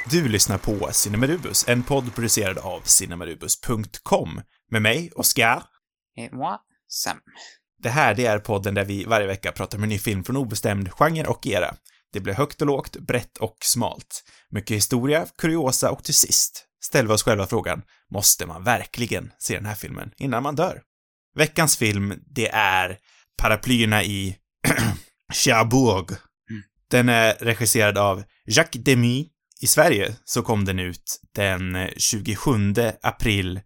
Du lyssnar på Cinemarubus, en podd producerad av cinemarubus.com. Med mig, Oscar. Et moi, Sam. Det här, det är podden där vi varje vecka pratar om en ny film från obestämd genre och era. Det blir högt och lågt, brett och smalt. Mycket historia, kuriosa och till sist ställer vi oss själva frågan, måste man verkligen se den här filmen innan man dör? Veckans film, det är Paraplyerna i Cherbourg. Den är regisserad av Jacques Demy. I Sverige så kom den ut den 27 april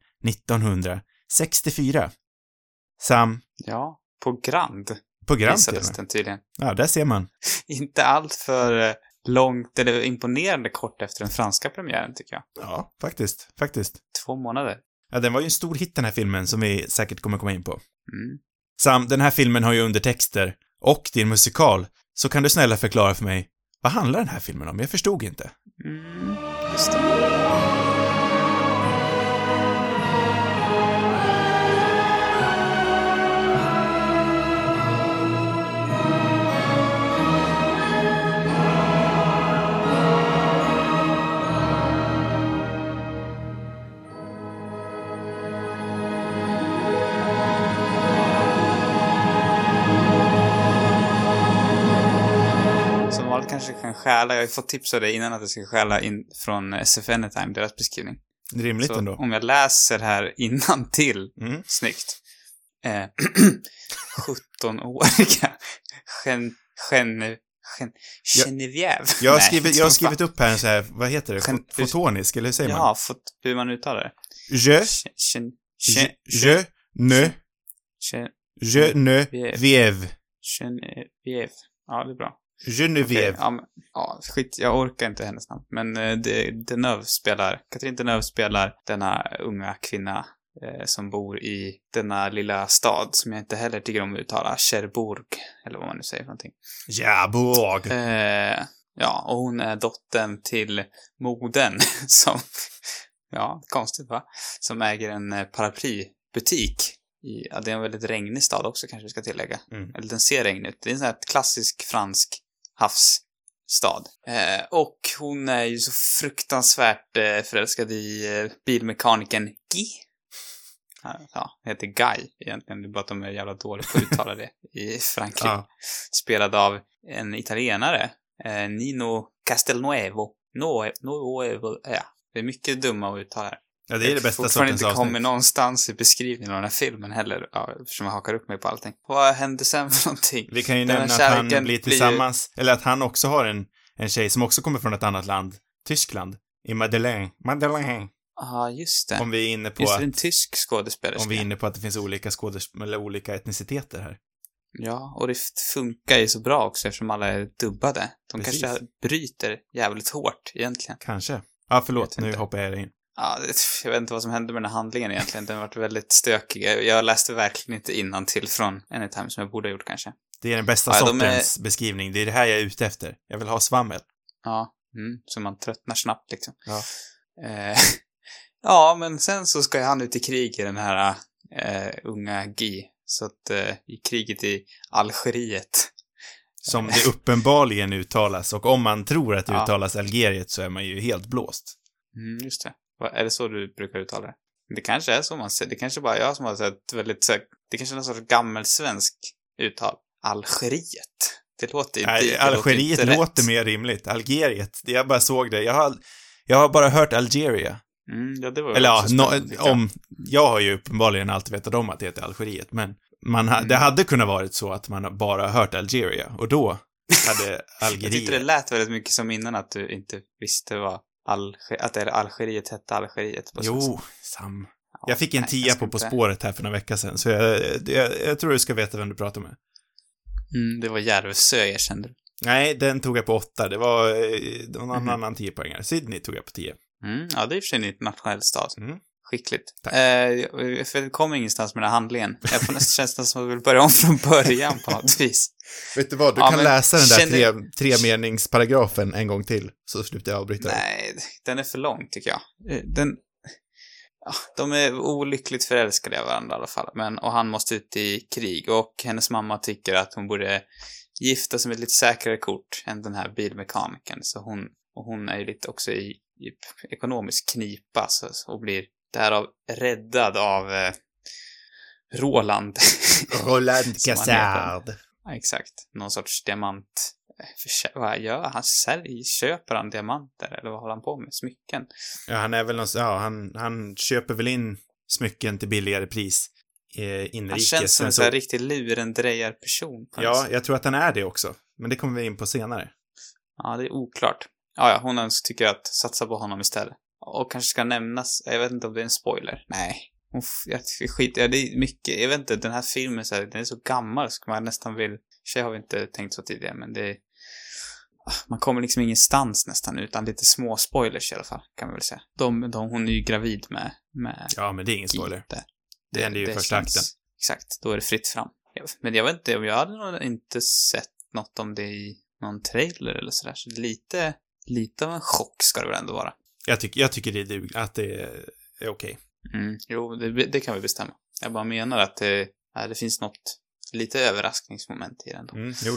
1964. Sam? Ja, på Grand. På Grand visades den tydligen. Ja, där ser man. Inte allt för långt eller imponerande kort efter den franska premiären, tycker jag. Ja, faktiskt. 2 månader. Ja, den var ju en stor hit, den här filmen, som vi säkert kommer komma in på. Mm. Sam, den här filmen har ju undertexter och din musikal. Så kan du snälla förklara för mig, vad handlar den här filmen om? Jag förstod inte. Just det. Kanske kan stjäla, jag har ju fått tips av dig innan att jag ska stjäla in från SF Anytime, deras beskrivning. Rimligt så ändå. Om jag läser här innantill, snyggt. 17-åriga Geneviève. Jag har skrivit upp här en så här, vad heter det? Fotonisk, eller hur säger man? Ja, hur man uttalar det. Je ne vive. Geneviève. Ja, det är bra. Geneviève. Okay, skit, jag orkar inte hennes namn. Men Catherine Deneuve spelar denna unga kvinna som bor i denna lilla stad som jag inte heller tycker om att uttala. Cherbourg, eller vad man nu säger för någonting. Cherbourg. Ja, och hon är dottern till modern som, ja, konstigt va? Som äger en paraplybutik. Det är en väldigt regnig stad också, kanske vi ska tillägga. Eller den ser regnig ut. Det är en sån här klassisk fransk havsstad. Och hon är ju så fruktansvärt förälskad i bilmekanikern Guy. Ja, det heter Guy egentligen. Det är bara att de är jävla dåliga på att uttala det i Frankrike. Ja. Spelad av en italienare. Nino Castelnuovo. Ja, det är mycket dumma att uttala det. Ja, det är det bästa sortens avsnitt. Inte kommer någonstans i beskrivningen av den här filmen heller. Ja, eftersom jag hakar upp mig på allting. Vad hände sen för någonting? Vi kan ju nämna att han blir tillsammans, eller att han också har en tjej som också kommer från ett annat land. Tyskland. I Madeleine. Ja, just det. Om vi är inne på just det, en tysk skådespelerska. Om vi är inne på att det finns olika eller olika etniciteter här. Ja, och det funkar ju så bra också eftersom alla är dubbade. De kanske bryter jävligt hårt egentligen. Kanske. Ja, förlåt. Nu hoppar jag in. Ja, jag vet inte vad som hände med den här handlingen egentligen. Den har varit väldigt stökig. Jag läste verkligen inte innantill från Anytime som jag borde ha gjort kanske. Det är den bästa sortens beskrivning. Det är det här jag är ute efter. Jag vill ha svammel. Ja, så man tröttnar snabbt liksom. Ja. Ja, men sen så ska han ut i krig i den här unga Guy. Så att i kriget i Algeriet. Som det uppenbarligen uttalas. Och om man tror att det uttalas Algeriet så är man ju helt blåst. Just det. Är det så du brukar uttala det? Det kanske är så man säger. Det kanske bara jag som har sett väldigt så. Det kanske är någon sorts gammelsvensk uttal. Algeriet. Det låter inte. Algeriet låter mer rimligt. Algeriet. Jag bara såg det. Jag har bara hört Algeria. Ja, det var eller jag har ju uppenbarligen alltid vetat om att det heter Algeriet, men det hade kunnat varit så att man bara hört Algeria och då hade Algeriet. Jag tyckte det lät väldigt mycket som innan att du inte visste vad att Algeriet hette Algeriet. Jo, Sam. Jag fick en 10 på spåret här för några veckor sedan, så jag tror du ska veta vem du pratar med. Det var Järvsö, jag kände. Nej, den tog jag på 8. Det var någon annan 10-poängare. Sydney tog jag på 10. Ja, det är i och för sig en internationell stad. Skickligt. För det kommer ingenstans med den här handlingen. Jag får nästan känslan som att jag vill börja om från början på något vis. Vet du vad, du kan läsa den där tremeningsparagrafen en gång till, så slutar jag avbryta. Nej, den är för lång tycker jag. De är olyckligt förälskade av varandra i alla fall. Och han måste ut i krig. Och hennes mamma tycker att hon borde gifta sig med ett lite säkrare kort än den här bilmekanikern. Så hon är ju lite också i ekonomisk knipa och blir därav räddad av Roland. Roland Cassard. Ja, exakt. Någon sorts diamant. Vad gör han? Köper han diamanter? Eller vad håller han på med? Smycken? Ja, han är väl han köper väl in smycken till billigare pris inrikes. Han känns som en så här riktigt lurendrejarperson. Ja, jag tror att han är det också. Men det kommer vi in på senare. Ja, det är oklart. Ja, hon tycker att satsa på honom istället. Och kanske ska nämnas, jag vet inte om det är en spoiler. Nej. Det är mycket, jag vet inte, den här filmen så här, den är så gammal så man nästan vill, tjej har vi inte tänkt så tidigare, men det är, man kommer liksom ingenstans nästan utan lite små spoilers i alla fall, kan man väl säga. Hon är ju gravid med ja, men det är ingen spoiler. Det händer ju i första akten. Exakt, då är det fritt fram. Men jag vet inte, jag hade nog inte sett något om det i någon trailer eller sådär, så lite av en chock ska det väl ändå vara. Jag tycker att det är okej. Jo, det kan vi bestämma. Jag bara menar att det finns något lite överraskningsmoment i den då. Jo.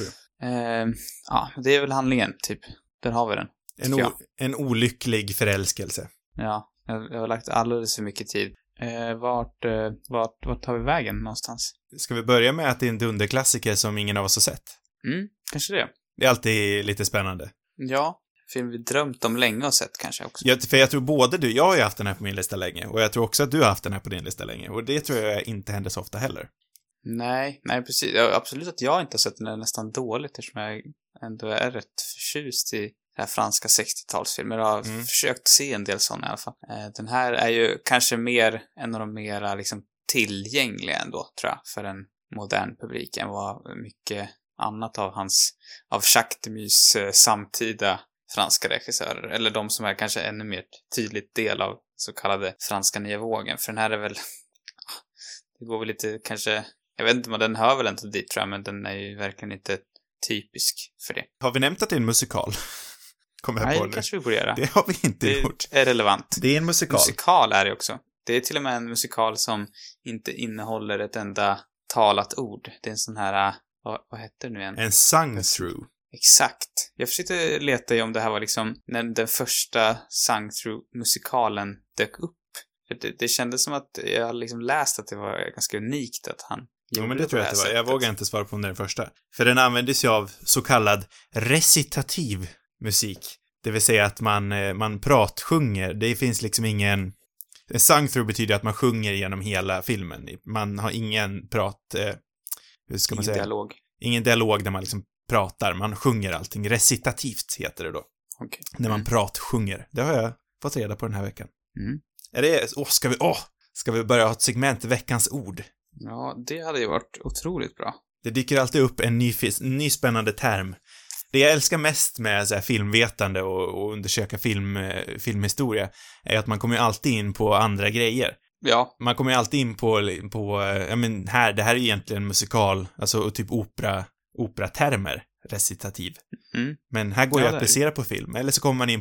Ja, det är väl handlingen, typ. Där har vi den. En olycklig förälskelse. Ja, jag har lagt alldeles för mycket tid. Vart tar vi vägen någonstans? Ska vi börja med att det är en dunderklassiker som ingen av oss har sett? Kanske det. Det är alltid lite spännande. Ja, film vi drömt om länge och sett kanske också. För jag tror jag har ju haft den här på min lista länge. Och jag tror också att du har haft den här på din lista länge. Och det tror jag inte händer så ofta heller. Nej, precis. Absolut att jag inte har sett den är nästan dåligt eftersom jag ändå är rätt förtjust i det här franska 60-talsfilmer. Jag har försökt se en del sådana i alla fall. Den här är ju kanske en av de mera liksom tillgängliga ändå, tror jag, för en modern publik än vad mycket annat av Jacques Demys samtida franska regissörer, eller de som är kanske ännu mer tydligt del av så kallade franska nya vågen, för den här är väl det går väl lite kanske, jag vet inte, men den hör väl inte dit, tror jag, men den är ju verkligen inte typisk för det. Har vi nämnt att det är en musikal? Kommer jag på det kanske vi borde göra. Det har vi inte gjort. Det är relevant. Det är en musikal. Musikal är det också. Det är till och med en musikal som inte innehåller ett enda talat ord. Det är en sån här, vad heter det nu igen? En sung-through. Exakt. Jag försökte leta i om det här var liksom när den första sung-through-musikalen dök upp. Det kändes som att jag liksom läst att det var ganska unikt att han Jo, men det tror jag att det var. Jag vågar inte svara på om det är den första. För den användes ju av så kallad recitativ musik. Det vill säga att man pratsjunger. Det finns liksom ingen... En sung-through betyder att man sjunger genom hela filmen. Man har ingen hur ska man säga? Dialog. Ingen dialog där man liksom pratar. Man sjunger allting. Recitativt heter det då. Okay. När man pratsjunger. Det har jag fått reda på den här veckan. Är det... Ska vi börja ha ett segment, veckans ord? Ja, det hade ju varit otroligt bra. Det dyker alltid upp en ny spännande term. Det jag älskar mest med så här filmvetande och undersöka filmhistoria är att man kommer ju alltid in på andra grejer. Ja. Man kommer ju alltid in på det här är egentligen en musikal, alltså typ operatermer, recitativ. Men här går det att applicera på film. Eller så kommer man in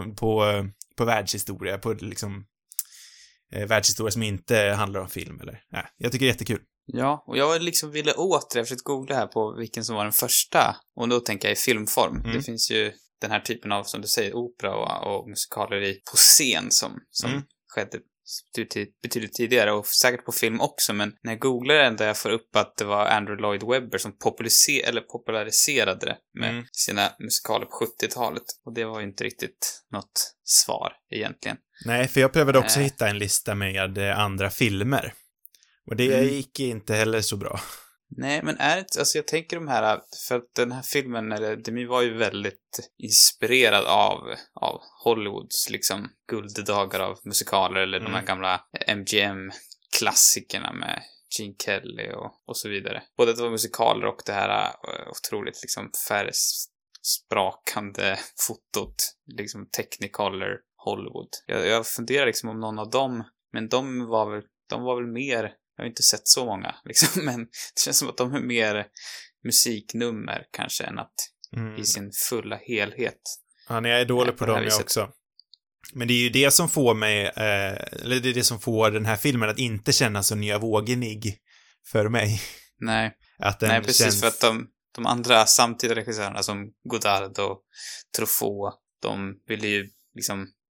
på världshistoria, på liksom världshistoria som inte handlar om film eller. Nej, jag tycker det är jättekul. Ja, och jag liksom ville försökt googla här på vilken som var den första. Och då tänker jag i filmform. Det finns ju den här typen av, som du säger, opera och musikaler på scen som skedde betydligt tidigare och säkert på film också, men när jag googlar den där jag får upp att det var Andrew Lloyd Webber som populariserade det med sina musikaler på 70-talet. Och det var ju inte riktigt något svar egentligen. Nej, för jag prövade också hitta en lista med andra filmer. Och det gick inte heller så bra. Nej, men alltså jag tänker de här, för att den här filmen, eller Demi var ju väldigt inspirerad av Hollywoods liksom gulddagar av musikaler, eller de här gamla MGM-klassikerna med Gene Kelly och så vidare. Både det var musikaler och det här otroligt liksom färgsprakande fotot, liksom Technicolor Hollywood. Jag funderar liksom om någon av dem, men de var väl mer, jag har inte sett så många liksom, men det känns som att de är mer musiknummer kanske än att i sin fulla helhet. Ja, nej, jag är dålig på dem jag också. Men det är ju det som får mig, eller det är det som får den här filmen att inte kännas så nyvågenig för mig. Nej, att den nej precis, för att de andra samtida regissörerna som Godard och Truffaut, de ville ju liksom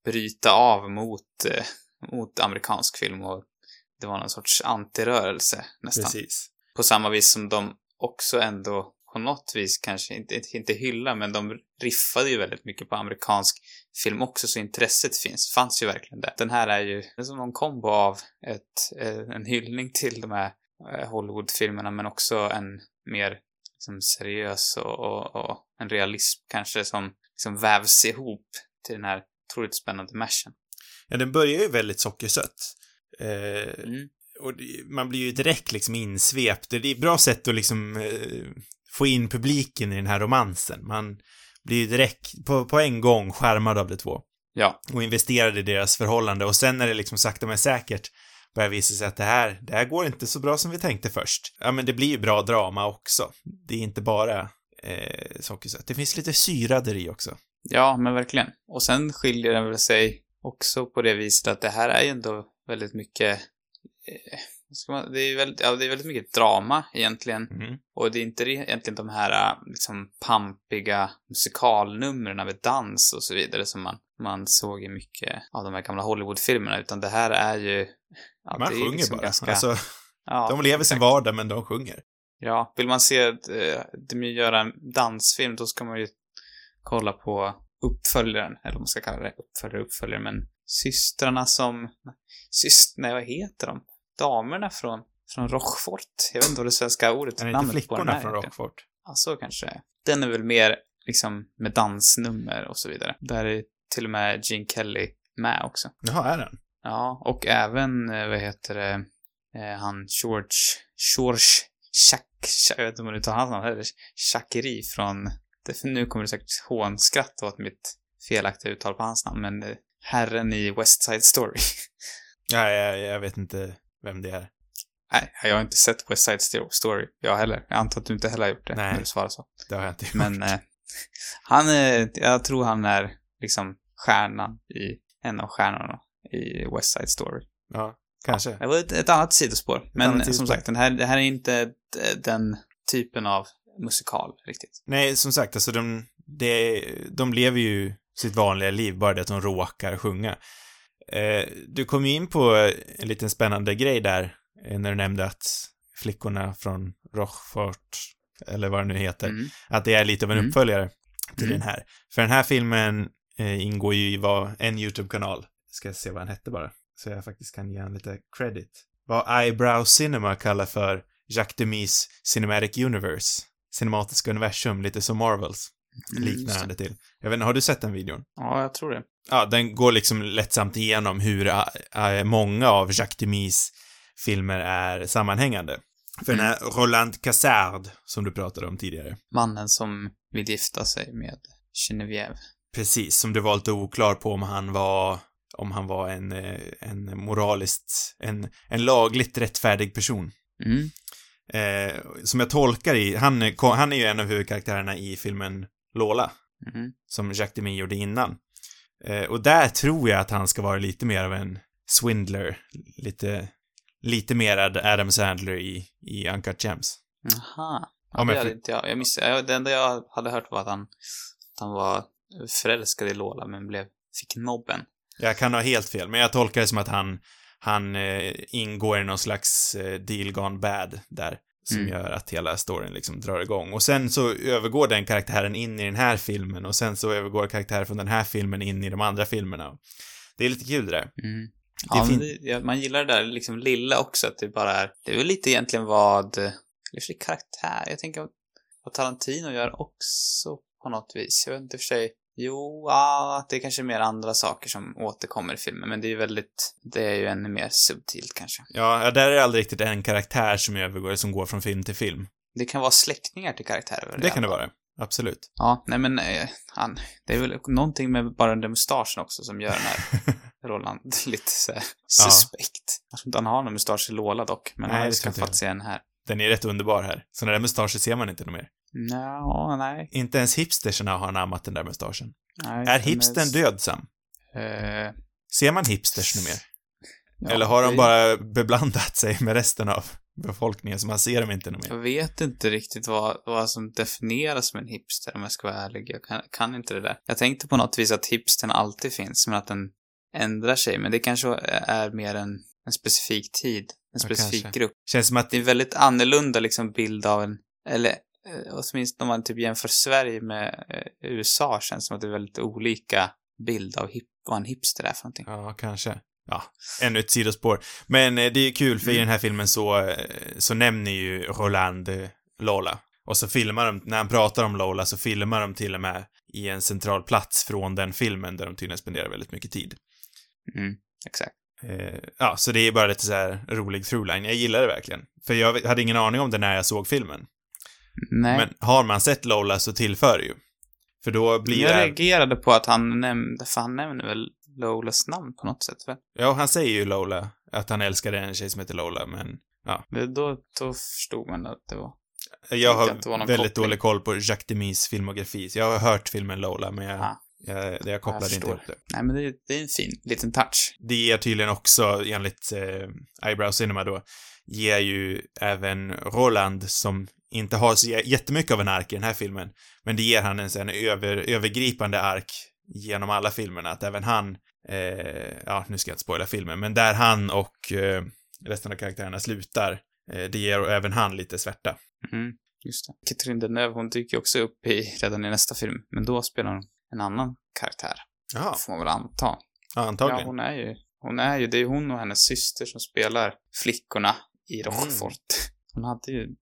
bryta av mot amerikansk film, och det var någon sorts antirörelse nästan. Precis. På samma vis som de också ändå på något vis kanske inte hylla, men de riffade ju väldigt mycket på amerikansk film också, så intresset fanns ju verkligen där. Den här är ju som någon kombo av en hyllning till de här Hollywoodfilmerna, men också en mer liksom seriös och en realism kanske som liksom vävs ihop till den här otroligt spännande mashen. Ja, den börjar ju väldigt sockersött. Och man blir ju direkt liksom insvept. Det är ett bra sätt att liksom få in publiken i den här romansen. Man blir ju direkt på en gång skärmad av de två. Ja. Och investerad i deras förhållande. Och sen när det liksom sakta men säkert börjar visa sig att det här går inte så bra som vi tänkte först. Ja, men det blir ju bra drama också. Det är inte bara sockersött. Det finns lite syra där i också. Ja, men verkligen. Och sen skiljer den väl sig också på det viset att det här är ju ändå väldigt mycket det är väldigt mycket drama egentligen. Och det är inte egentligen de här liksom pampiga musikalnumren med dans och så vidare som man såg i mycket av de här gamla Hollywoodfilmerna, utan det här är ju man det är sjunger liksom bara. Ganska, alltså, de lever sin vardag, men de sjunger. Ja, vill man se de göra en dansfilm, då ska man ju kolla på uppföljaren, eller vad man ska kalla det, uppföljare, men systrarna vad heter de? Damerna från Rochefort. Jag vet inte vad det svenska ordet är det inte flickorna från Rochefort? Ja, så kanske. Den är väl mer liksom med dansnummer och så vidare. Där är till och med Gene Kelly med också. Jaha, är den? Ja, och även, han George jag vet inte om man uttalar hans namn heller. Chakri från, nu kommer det säkert hånskratt åt mitt felaktiga uttal på hans namn, men herren i West Side Story. Ja, jag vet inte vem det är. Nej, jag har inte sett West Side Story. Jag heller. Jag antar att du inte heller har gjort det. Nej, när du svarar så. Det har jag inte gjort. Men jag tror han är liksom en av stjärnorna i West Side Story. Ja, kanske. Det var ett annat sidospår. Men som sagt, det här är inte den typen av musikal riktigt. Nej, som sagt, alltså de lever ju sitt vanliga liv, bara det att de råkar sjunga. Du kom ju in på en liten spännande grej där när du nämnde att flickorna från Rochefort, eller vad det nu heter, att det är lite av en uppföljare till den här. För den här filmen ingår ju i en YouTube-kanal. Ska jag se vad den hette bara, så jag faktiskt kan ge en lite credit. Vad Eyebrow Cinema kallar för Jacques Demys Cinematic Universe. Cinematiska universum, lite som Marvels. Liknande till. Jag vet inte, har du sett den videon? Ja, jag tror det. Ja, den går liksom lättsamt igenom hur många av Jacques Demys filmer är sammanhängande. För den här Roland Cassard som du pratade om tidigare. Mannen som vill gifta sig med Geneviève. Precis, som du var lite oklar på om han var en moraliskt, en lagligt rättfärdig person. Som jag tolkar han är ju en av huvudkaraktärerna i filmen Lola. Som Jacques Demy gjorde innan. Och där tror jag att han ska vara lite mer av en swindler. Lite mer Adam Sandler i Uncut Gems. Jaha. Ja, det hade inte jag. Det enda jag hade hört var att han var förälskad i Lola men fick nobben. Jag kan ha helt fel, men jag tolkar det som att han ingår i någon slags deal gone bad där. Som gör att hela storyn liksom drar igång. Och sen så övergår den karaktären in i den här filmen. Och sen så övergår karaktären från den här filmen in i de andra filmerna. Det är lite kul det där. Man gillar det där liksom lilla också. Att det bara är... Det är väl lite egentligen vad... Eller för karaktär. Jag tänker vad Tarantino gör också på något vis. Jag vet inte för sig... Jo, det är kanske mer andra saker som återkommer i filmen. Men det är ju ännu mer subtilt kanske. Ja, där är det aldrig riktigt en karaktär som går från film till film. Det kan vara släktingar till karaktärer. Det kan det vara, absolut. Ja, nej men det är väl någonting med bara den mustaschen också som gör den här Roland lite så här suspekt. Jag tror inte han har någon mustasch i Lola dock. Men han har ju skaffat sig en här. Den är rätt underbar här. Så den där mustascher ser man inte mer. Nej. Inte ens hipsterserna har anammat den där mustaschen. Är hipstern dödsam? Ser man hipsters nu mer? Ja, eller har de bara beblandat sig med resten av befolkningen, så man ser dem inte mer. Jag vet inte riktigt vad som definieras som en hipster, om jag ska vara ärlig. Jag kan inte det där. Jag tänkte på något vis att hipstern alltid finns, men att den ändrar sig. Men det kanske är mer en specifik tid, en specifik grupp. Känns som att det är väldigt annorlunda liksom bild av en, eller åtminstone om man typ jämför Sverige med USA, känns som att det är väldigt olika bild av vad en hipster är för någonting. Ja, kanske. Ja, ännu ett sidospår. Men det är kul, för i den här filmen så nämner ju Roland Lola. Och så filmar de, när han pratar om Lola så filmar de till och med i en central plats från den filmen där de tydligen spenderar väldigt mycket tid. Exakt. Ja, så det är bara lite så här rolig throughline. Jag gillar det verkligen. För jag hade ingen aning om det när jag såg filmen. Nej. Men har man sett Lola så tillför det ju. För då blir jag reagerade på att han nämnde väl Lolas namn på något sätt, väl? Ja, han säger ju Lola, att han älskade en tjej som heter Lola, men ja. Då förstod man att det var... Jag har väldigt dålig koll på Jacques Demys filmografi. Jag har hört filmen Lola, men jag kopplade inte ihop det. Nej, men det är en fin liten touch. Det ger tydligen också, enligt Eyebrow Cinema då, ger ju även Roland, som inte har så jättemycket av en ark i den här filmen, men det ger han en övergripande ark genom alla filmerna, att även han, nu ska jag inte spoila filmen, men där han och resten av karaktärerna slutar, det ger även han lite svärta. Just det. Catherine Deneuve, hon dyker också upp redan i nästa film, men då spelar hon en annan karaktär. Jaha. Får man väl anta. Ja, antagligen. Ja, det är hon och hennes syster som spelar flickorna i Rochefort. Hon hade ju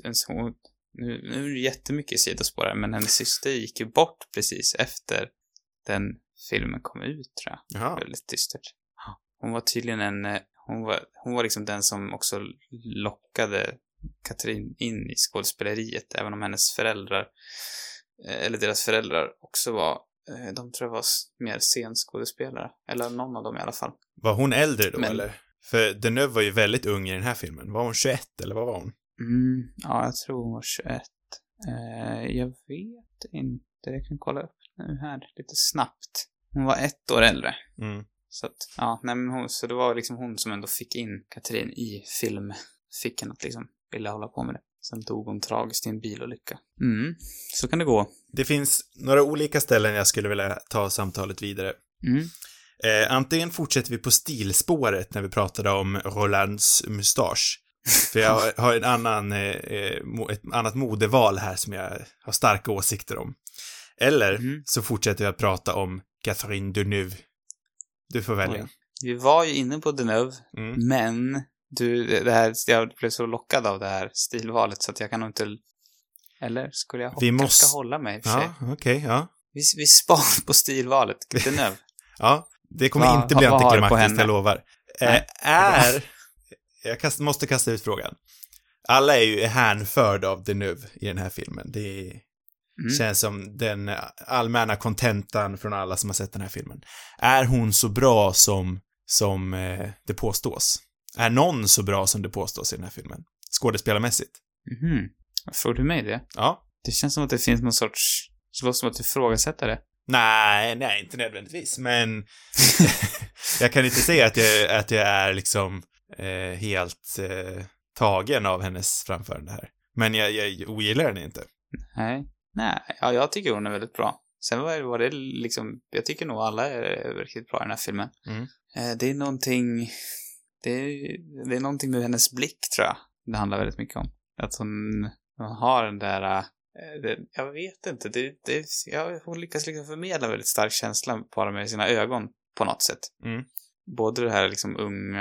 nu är det jättemycket sidospår här, men hennes syster gick ju bort precis efter den filmen kom ut, tror jag. Jaha. Väldigt dystert. Hon var tydligen hon var liksom den som också lockade Catherine in i skådespeleriet, även om hennes föräldrar, eller deras föräldrar också var, de tror jag var mer scenskådespelare, eller någon av dem i alla fall. Var hon äldre då, eller? För Deneuve var ju väldigt ung i den här filmen. Var hon 21, eller vad var hon? Ja, jag tror hon var 21. Jag vet inte. Jag kan kolla upp nu här lite snabbt. Hon var 1 år äldre. Så att, så det var liksom hon som ändå fick in Catherine i filmficken att liksom ville hålla på med det. Sen dog hon tragiskt i en bilolycka. Så kan det gå. Det finns några olika ställen jag skulle vilja ta samtalet vidare. Antingen fortsätter vi på stilspåret när vi pratade om Rolands mustasch. För jag har ett annat modeval här som jag har starka åsikter om. Eller så fortsätter vi att prata om Catherine Deneuve. Du får välja. Oj. Vi var ju inne på Deneuve, men jag blev så lockad av det här stilvalet så att jag kan nog inte... Eller skulle jag ska hålla mig för sig? Okej, ja. Vi spar på stilvalet, Deneuve. Ja, det kommer inte bli antiklimaktiskt, jag lovar. Jag måste kasta ut frågan. Alla är ju hänförda av Deneuve i den här filmen. Det känns som den allmänna kontentan från alla som har sett den här filmen. Är hon så bra som det påstås? Är någon så bra som det påstås i den här filmen? Skådespelarmässigt. Får du med det? Ja. Det känns som att det finns någon sorts... Det låter som att du ifrågasätter det. Nej, inte nödvändigtvis. Men jag kan inte säga att jag är liksom helt tagen av hennes framförande här. Men jag ogillar den inte. Nej, jag tycker hon är väldigt bra. Sen var det liksom... Jag tycker nog alla är riktigt bra i den här filmen. Det är någonting... Det är någonting med hennes blick, tror jag. Det handlar väldigt mycket om. Att hon har den där... jag vet inte. Hon lyckas liksom förmedla väldigt stark känsla bara med sina ögon på något sätt. Både det här liksom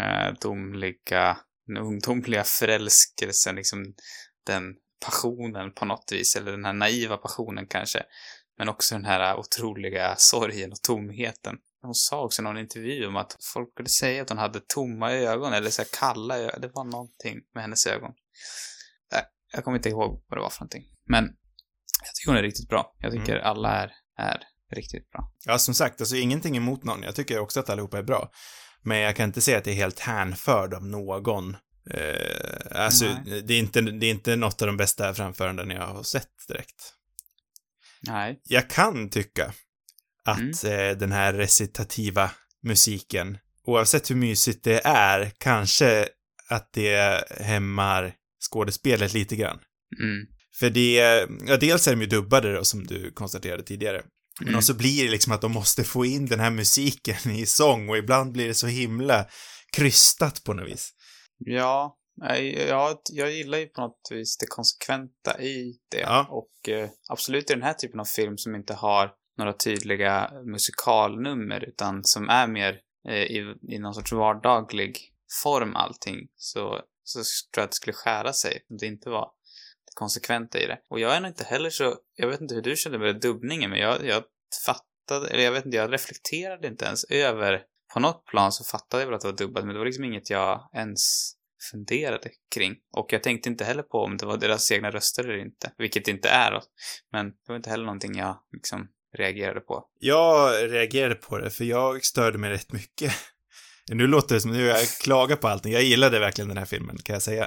ungdomliga förälskelsen, liksom den passionen på något vis, eller den här naiva passionen kanske. Men också den här otroliga sorgen och tomheten. Hon sa också i någon intervju om att folk skulle säga att hon hade tomma ögon, eller så här kalla ögon. Det var någonting med hennes ögon. Jag kommer inte ihåg vad det var för någonting. Men jag tycker hon är riktigt bra. Jag tycker alla är riktigt bra. Ja, som sagt, alltså ingenting emot någon. Jag tycker också att allihopa är bra. Men jag kan inte säga att det är helt hänförd av någon. Det är inte något av de bästa framföranden jag har sett direkt. Nej. Jag kan tycka att den här recitativa musiken, oavsett hur mysigt det är, kanske att det hämmar skådespelet lite grann. Mm. För dels är de ju dubbade då, som du konstaterade tidigare. Men också blir det liksom att de måste få in den här musiken i sång, och ibland blir det så himla krystat på något vis. Ja, jag gillar ju på något vis det konsekventa i det. Ja. Och absolut i den här typen av film som inte har några tydliga musikalnummer, utan som är mer i någon sorts vardaglig form allting, så tror jag att det skulle skära sig om det inte var det konsekventa i det. Och jag är nog inte heller så, jag vet inte hur du kände med dubbningen, men jag fattade, eller jag vet inte, jag reflekterade inte ens över, på något plan så fattade jag väl att det var dubbat, men det var liksom inget jag ens funderade kring. Och jag tänkte inte heller på om det var deras egna röster eller inte, vilket det inte är då. Men det var inte heller någonting jag liksom reagerade på. Jag reagerade på det, för jag störde mig rätt mycket. Nu låter det som att jag klagar på allting. Jag gillade verkligen den här filmen, kan jag säga.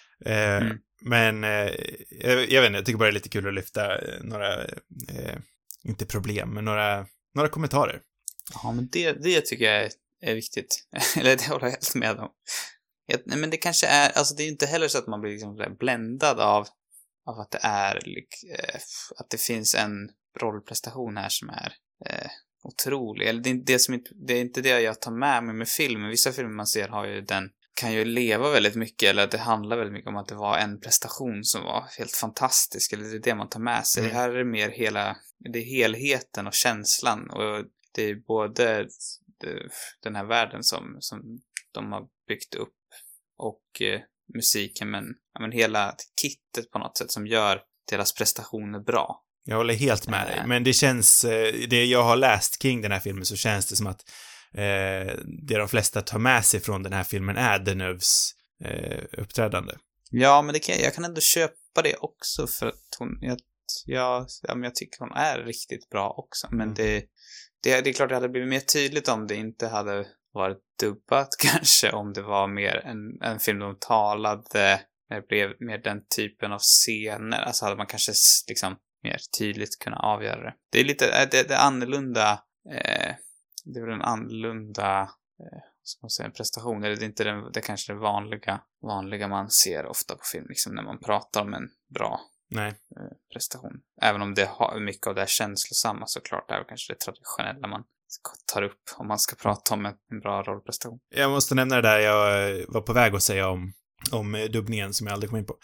Men jag vet inte, jag tycker bara det är lite kul att lyfta några, inte problem, men några kommentarer. Ja, men det tycker jag är viktigt. Eller det håller jag helt med om. Men det kanske är, alltså det är inte heller så att man blir liksom bländad av att det är, att det finns en rollprestation här som är otrolig. Eller det är inte det jag tar med mig med filmen. Vissa filmer man ser har ju kan ju leva väldigt mycket, eller att det handlar väldigt mycket om att det var en prestation som var helt fantastisk, eller det är det man tar med sig. Det här är mer det är helheten och känslan, och det är både den här världen som de har byggt upp och musiken, men hela kittet på något sätt som gör deras prestationer bra. Jag håller helt med dig, men det känns, det jag har läst kring den här filmen, så känns det som att det de flesta tar med sig från den här filmen är Deneuves uppträdande. Ja, men jag kan ändå köpa det också, för att jag tycker hon är riktigt bra också, men det är klart det hade blivit mer tydligt om det inte hade varit dubbat kanske, om det var mer en film de talade, när det blev mer den typen av scener, alltså hade man kanske liksom mer tydligt kunnat avgöra det. Det är lite, det är annorlunda, det är väl en annorlunda ska man säga, prestation, eller det är inte det är kanske det vanliga man ser ofta på film, liksom när man pratar om en bra prestation. Även om det har mycket av det här känslosamma, såklart det är kanske det traditionella man tar upp om man ska prata om en bra rollprestation. Jag måste nämna det där jag var på väg att säga om dubbningen som jag aldrig kom in på.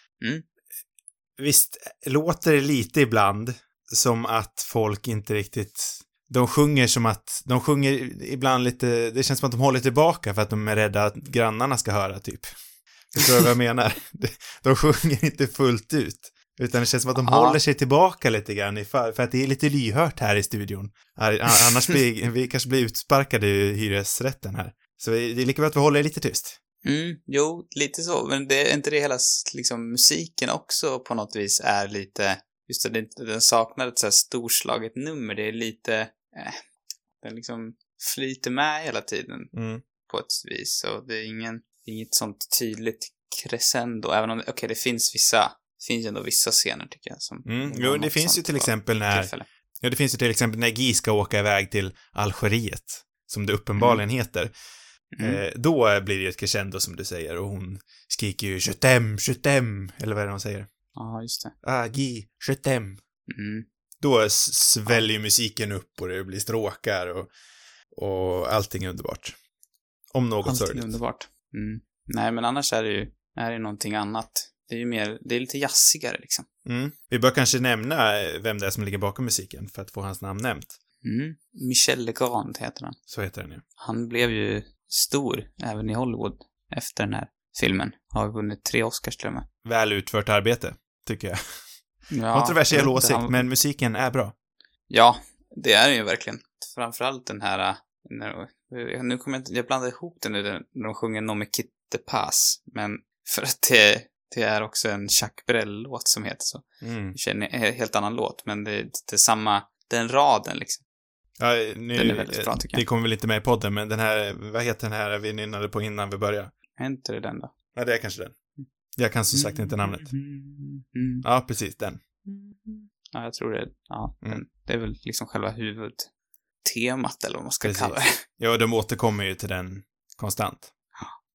Visst låter det lite ibland som att folk inte riktigt, de sjunger ibland lite, det känns som att de håller tillbaka för att de är rädda att grannarna ska höra typ. Förstår du vad jag menar? De sjunger inte fullt ut, utan det känns som att de håller sig tillbaka lite grann för att det är lite lyhört här i studion. Annars vi kanske blir utsparkade i hyresrätten här. Så det är lika bra att vi håller lite tyst. Jo, lite så. Men det är inte det hela, liksom musiken också på något vis är lite, just det, den saknar ett så här storslaget nummer. Det är lite, den liksom flyter med hela tiden på ett vis. Så det är inget sånt tydligt crescendo, även om, det finns ändå vissa scener tycker jag som... Jo, det finns ju till exempel när Guy ska åka iväg till Algeriet, som det uppenbarligen heter. Då blir det ju ett crescendo som du säger, och hon skriker ju je t'aime, eller vad är det hon säger? Ja, just det. Guy, je t'aime. Då sväljer musiken upp och det blir stråkar och allting är underbart. Om något sorgligt. Allting är underbart. Nej, men annars är det någonting annat. Det är ju mer, det är lite jazzigare liksom. Vi bör kanske nämna vem det är som ligger bakom musiken för att få hans namn nämnt. Michel Legrand heter han. Så heter han ju. Han blev ju stor även i Hollywood efter den här filmen. Har vunnit 3 Oscars till och med. Väl utfört arbete, tycker jag. Ja, kontroversiell åsikt, men musiken är bra. Ja, det är ju verkligen. Framförallt den här, nu kommer jag blandar ihop det nu när de sjunger No me quitte pas, men för att det är också en Jacques Brel-låt som heter så. Det är en helt annan låt, men det är samma, den raden liksom. Ja, den är väldigt bra tycker jag. Det kommer väl inte med i podden, men den här, vad heter den här vi nynnade på innan vi började? Är inte det den då? Ja, det är kanske den. Jag kan som sagt inte namnet. Ja, precis, den. Ja, jag tror det. Ja, det är väl liksom själva huvudtemat eller vad man ska kalla det. Ja, de återkommer ju till den konstant.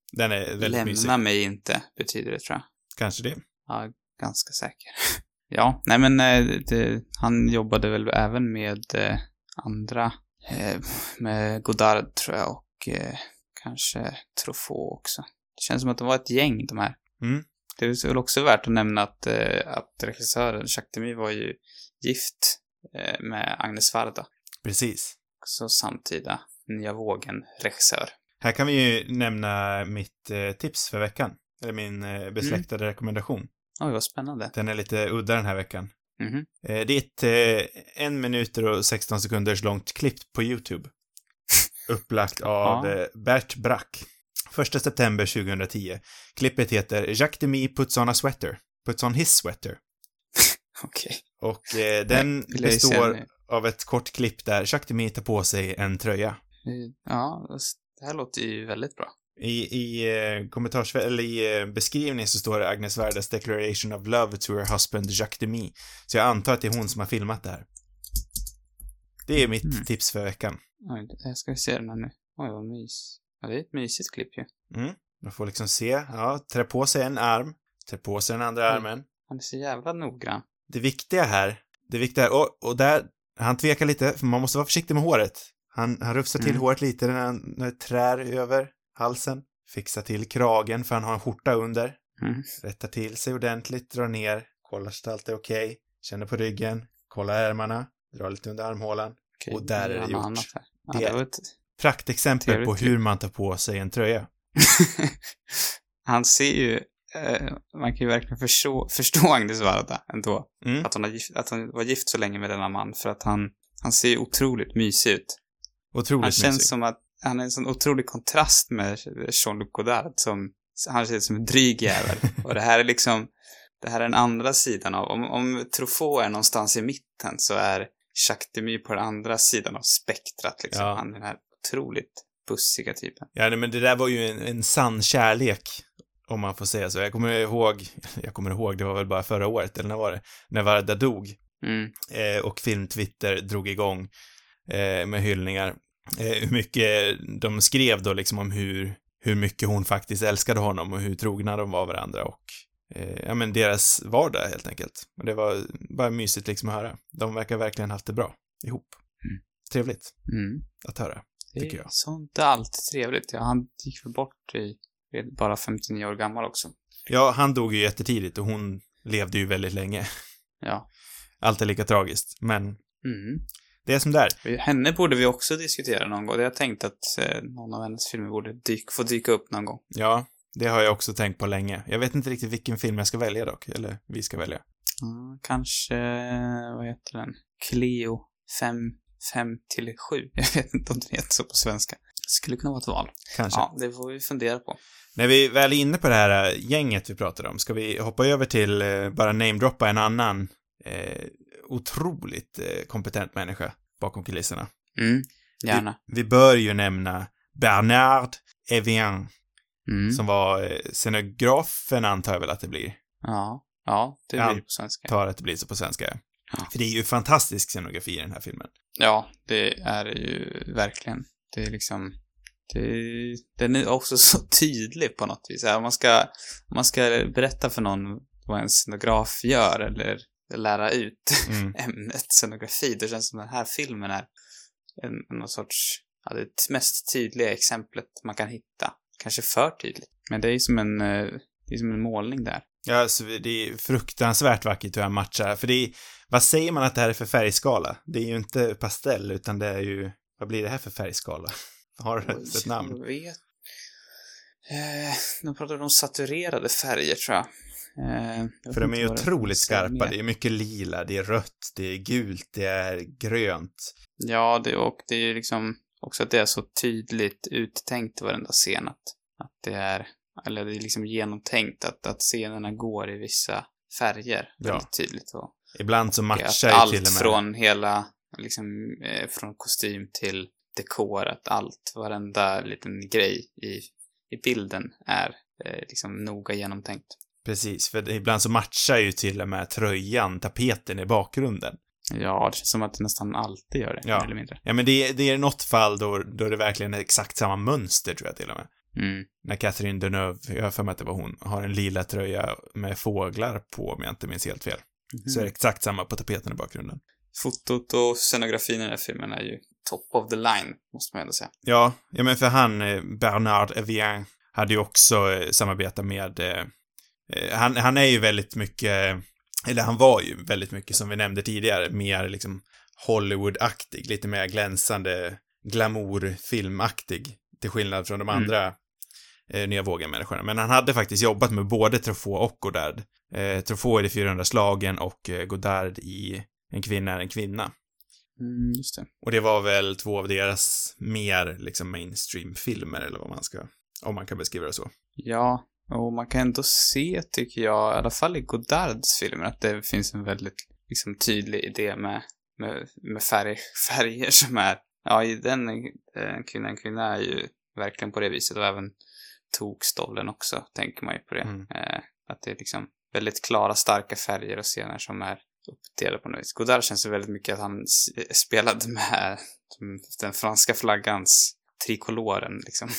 Den är väldigt mysig. Lämna mig inte, betyder det, tror jag. Kanske det. Ja, ganska säker. Ja, nej men han jobbade väl även med andra, med Godard, tror jag, och kanske Truffaut också. Det känns som att det var ett gäng, de här. Mm. Det är väl också värt att nämna att regissören Jacques Demy var ju gift med Agnes Varda. Precis. Också samtida nya vågen-regissör. Här kan vi ju nämna mitt tips för veckan. Eller min besläktade rekommendation. Oj, vad spännande. Den är lite udda den här veckan. Mhm. Det är ett 1 minut och 16 sekunders långt klipp på YouTube. Upplagt av Bert Brack. 1 september 2010. Klippet heter Jacques Demy puts on a sweater. Puts on his sweater. Okej. Och den består av ett kort klipp där Jacques Demy tar på sig en tröja. Ja, det här låter ju väldigt bra. I beskrivningen så står det Agnes Vardas declaration of love to her husband Jacques Demy. Så jag antar att det är hon som har filmat det här. Det är mitt tips för veckan. Oj, jag ska se den här nu. Oj, vad mys. Ja, det är ett mysigt klipp ju. Man får liksom se, trä på sig en arm, trä på sig den andra armen. Han är så jävla noggrann. Det viktiga här, och där, han tvekar lite, för man måste vara försiktig med håret. Han rufsar till håret lite när det trär över halsen. Fixar till kragen för han har en skjorta under. Rättar till sig ordentligt, drar ner, kollar så att allt är okej. Känner på ryggen, kollar ärmarna, drar lite under armhålan. Okej, och där är det gjort. Ja, det är ett praktexempel på hur man tar på sig en tröja. Han ser ju, man kan ju verkligen förstå Agnes Varda ändå. Att hon var gift så länge med denna man, för att han ser ju otroligt mysig ut. Otroligt mysig. Han känns som att han är en sån otrolig kontrast med Jean-Luc Godard, som han ser ut som en dryg jävel. Och det här är liksom, det här är den andra sidan av, om Truffaut är någonstans i mitten, så är Jacques Demy på den andra sidan av spektrat liksom. Ja. Han är den här otroligt bussiga typen. Ja, men det där var ju en sann kärlek, om man får säga så. Jag kommer ihåg, det var väl bara förra året, eller när var det? När Varda dog. Och Filmtwitter drog igång med hyllningar. Hur mycket de skrev då liksom om hur mycket hon faktiskt älskade honom och hur trogna de var varandra och deras vardag helt enkelt. Och det var bara mysigt liksom att höra. De verkar verkligen haft det bra ihop. Trevligt att höra, tycker jag. Sånt är alltid trevligt. Ja, han gick väl bort i bara 59 år gammal också. Ja, han dog ju jättetidigt och hon levde ju väldigt länge. Ja. Allt är lika tragiskt, men det är som där. Henne borde vi också diskutera någon gång. Jag tänkte att någon av hennes filmer borde få dyka upp någon gång. Ja, det har jag också tänkt på länge. Jag vet inte riktigt vilken film jag ska välja dock, eller vi ska välja. Kanske, vad heter den? Cleo 5-7. Jag vet inte om den heter så på svenska. Skulle kunna vara ett val. Kanske. Ja, det får vi fundera på. När vi väl är inne på det här gänget vi pratade om, ska vi hoppa över till bara namedroppa en annan otroligt kompetent människa bakom kulisserna. Gärna. Vi bör ju nämna Bernard Evian, som var scenografen, antar jag väl att det blir. Ja, det blir på svenska. Tar att det blir så på svenska. Ja. För det är ju fantastisk scenografi i den här filmen. Ja, det är ju verkligen. Det är liksom... Den är också så tydlig på något vis. Om man ska berätta för någon vad en scenograf gör eller lära ut ämnet scenografi, det känns som den här filmen är någon sorts, det mest tydliga exemplet man kan hitta. Kanske för tydligt. Men det är som en målning där. Ja, så det är fruktansvärt vackert hur han matchar. För vad säger man att det här är för färgskala? Det är ju inte pastell, utan det är ju, vad blir det här för färgskala? Har du ett namn? Jag vet. De pratar om saturerade färger, tror jag. För de är ju otroligt skarpa. Det är mycket lila, det är rött, det är gult, det är grönt. Ja, det är ju liksom också att det är så tydligt uttänkt i varenda scen. Att det är liksom genomtänkt att scenerna går i vissa färger väldigt tydligt. Och ibland så matchar ju till och med. Allt från hela, liksom, från kostym till dekor, att varenda liten grej i bilden är liksom noga genomtänkt. Precis, för ibland så matchar ju till och med tröjan, tapeten i bakgrunden. Ja, det känns som att det nästan alltid gör det, eller mindre. Ja, men det är något fall då det verkligen är exakt samma mönster, tror jag till och med. När Catherine Deneuve, jag har för mig att det var hon, har en lila tröja med fåglar på, om jag inte minns helt fel. Så är det exakt samma på tapeten i bakgrunden. Fotot och scenografin i den här filmen är ju top of the line, måste man ändå säga. Ja, men för han, Bernard Evian, hade ju också samarbetat med... Han är ju väldigt mycket... Eller han var ju väldigt mycket, som vi nämnde tidigare, mer liksom Hollywood-aktig, lite mer glänsande, glamour-filmaktig, till skillnad från de andra nya vågen-människorna. Men han hade faktiskt jobbat med både Truffaut och Godard. Truffaut i De 400 slagen och Godard i En kvinna är en kvinna. Just det. Och det var väl två av deras mer liksom mainstream-filmer, eller vad man ska, om man kan beskriva det så. Ja, och man kan ändå se, tycker jag, i alla fall i Godards filmer, att det finns en väldigt liksom tydlig idé med färger som är, ja, i den En kvinna är ju verkligen på det viset, och även Tokstollen också, tänker man ju på det. Att det är liksom väldigt klara, starka färger och scener som är uppdelade på något vis. Godard känns det väldigt mycket att han spelade med den franska flaggans trikoloren liksom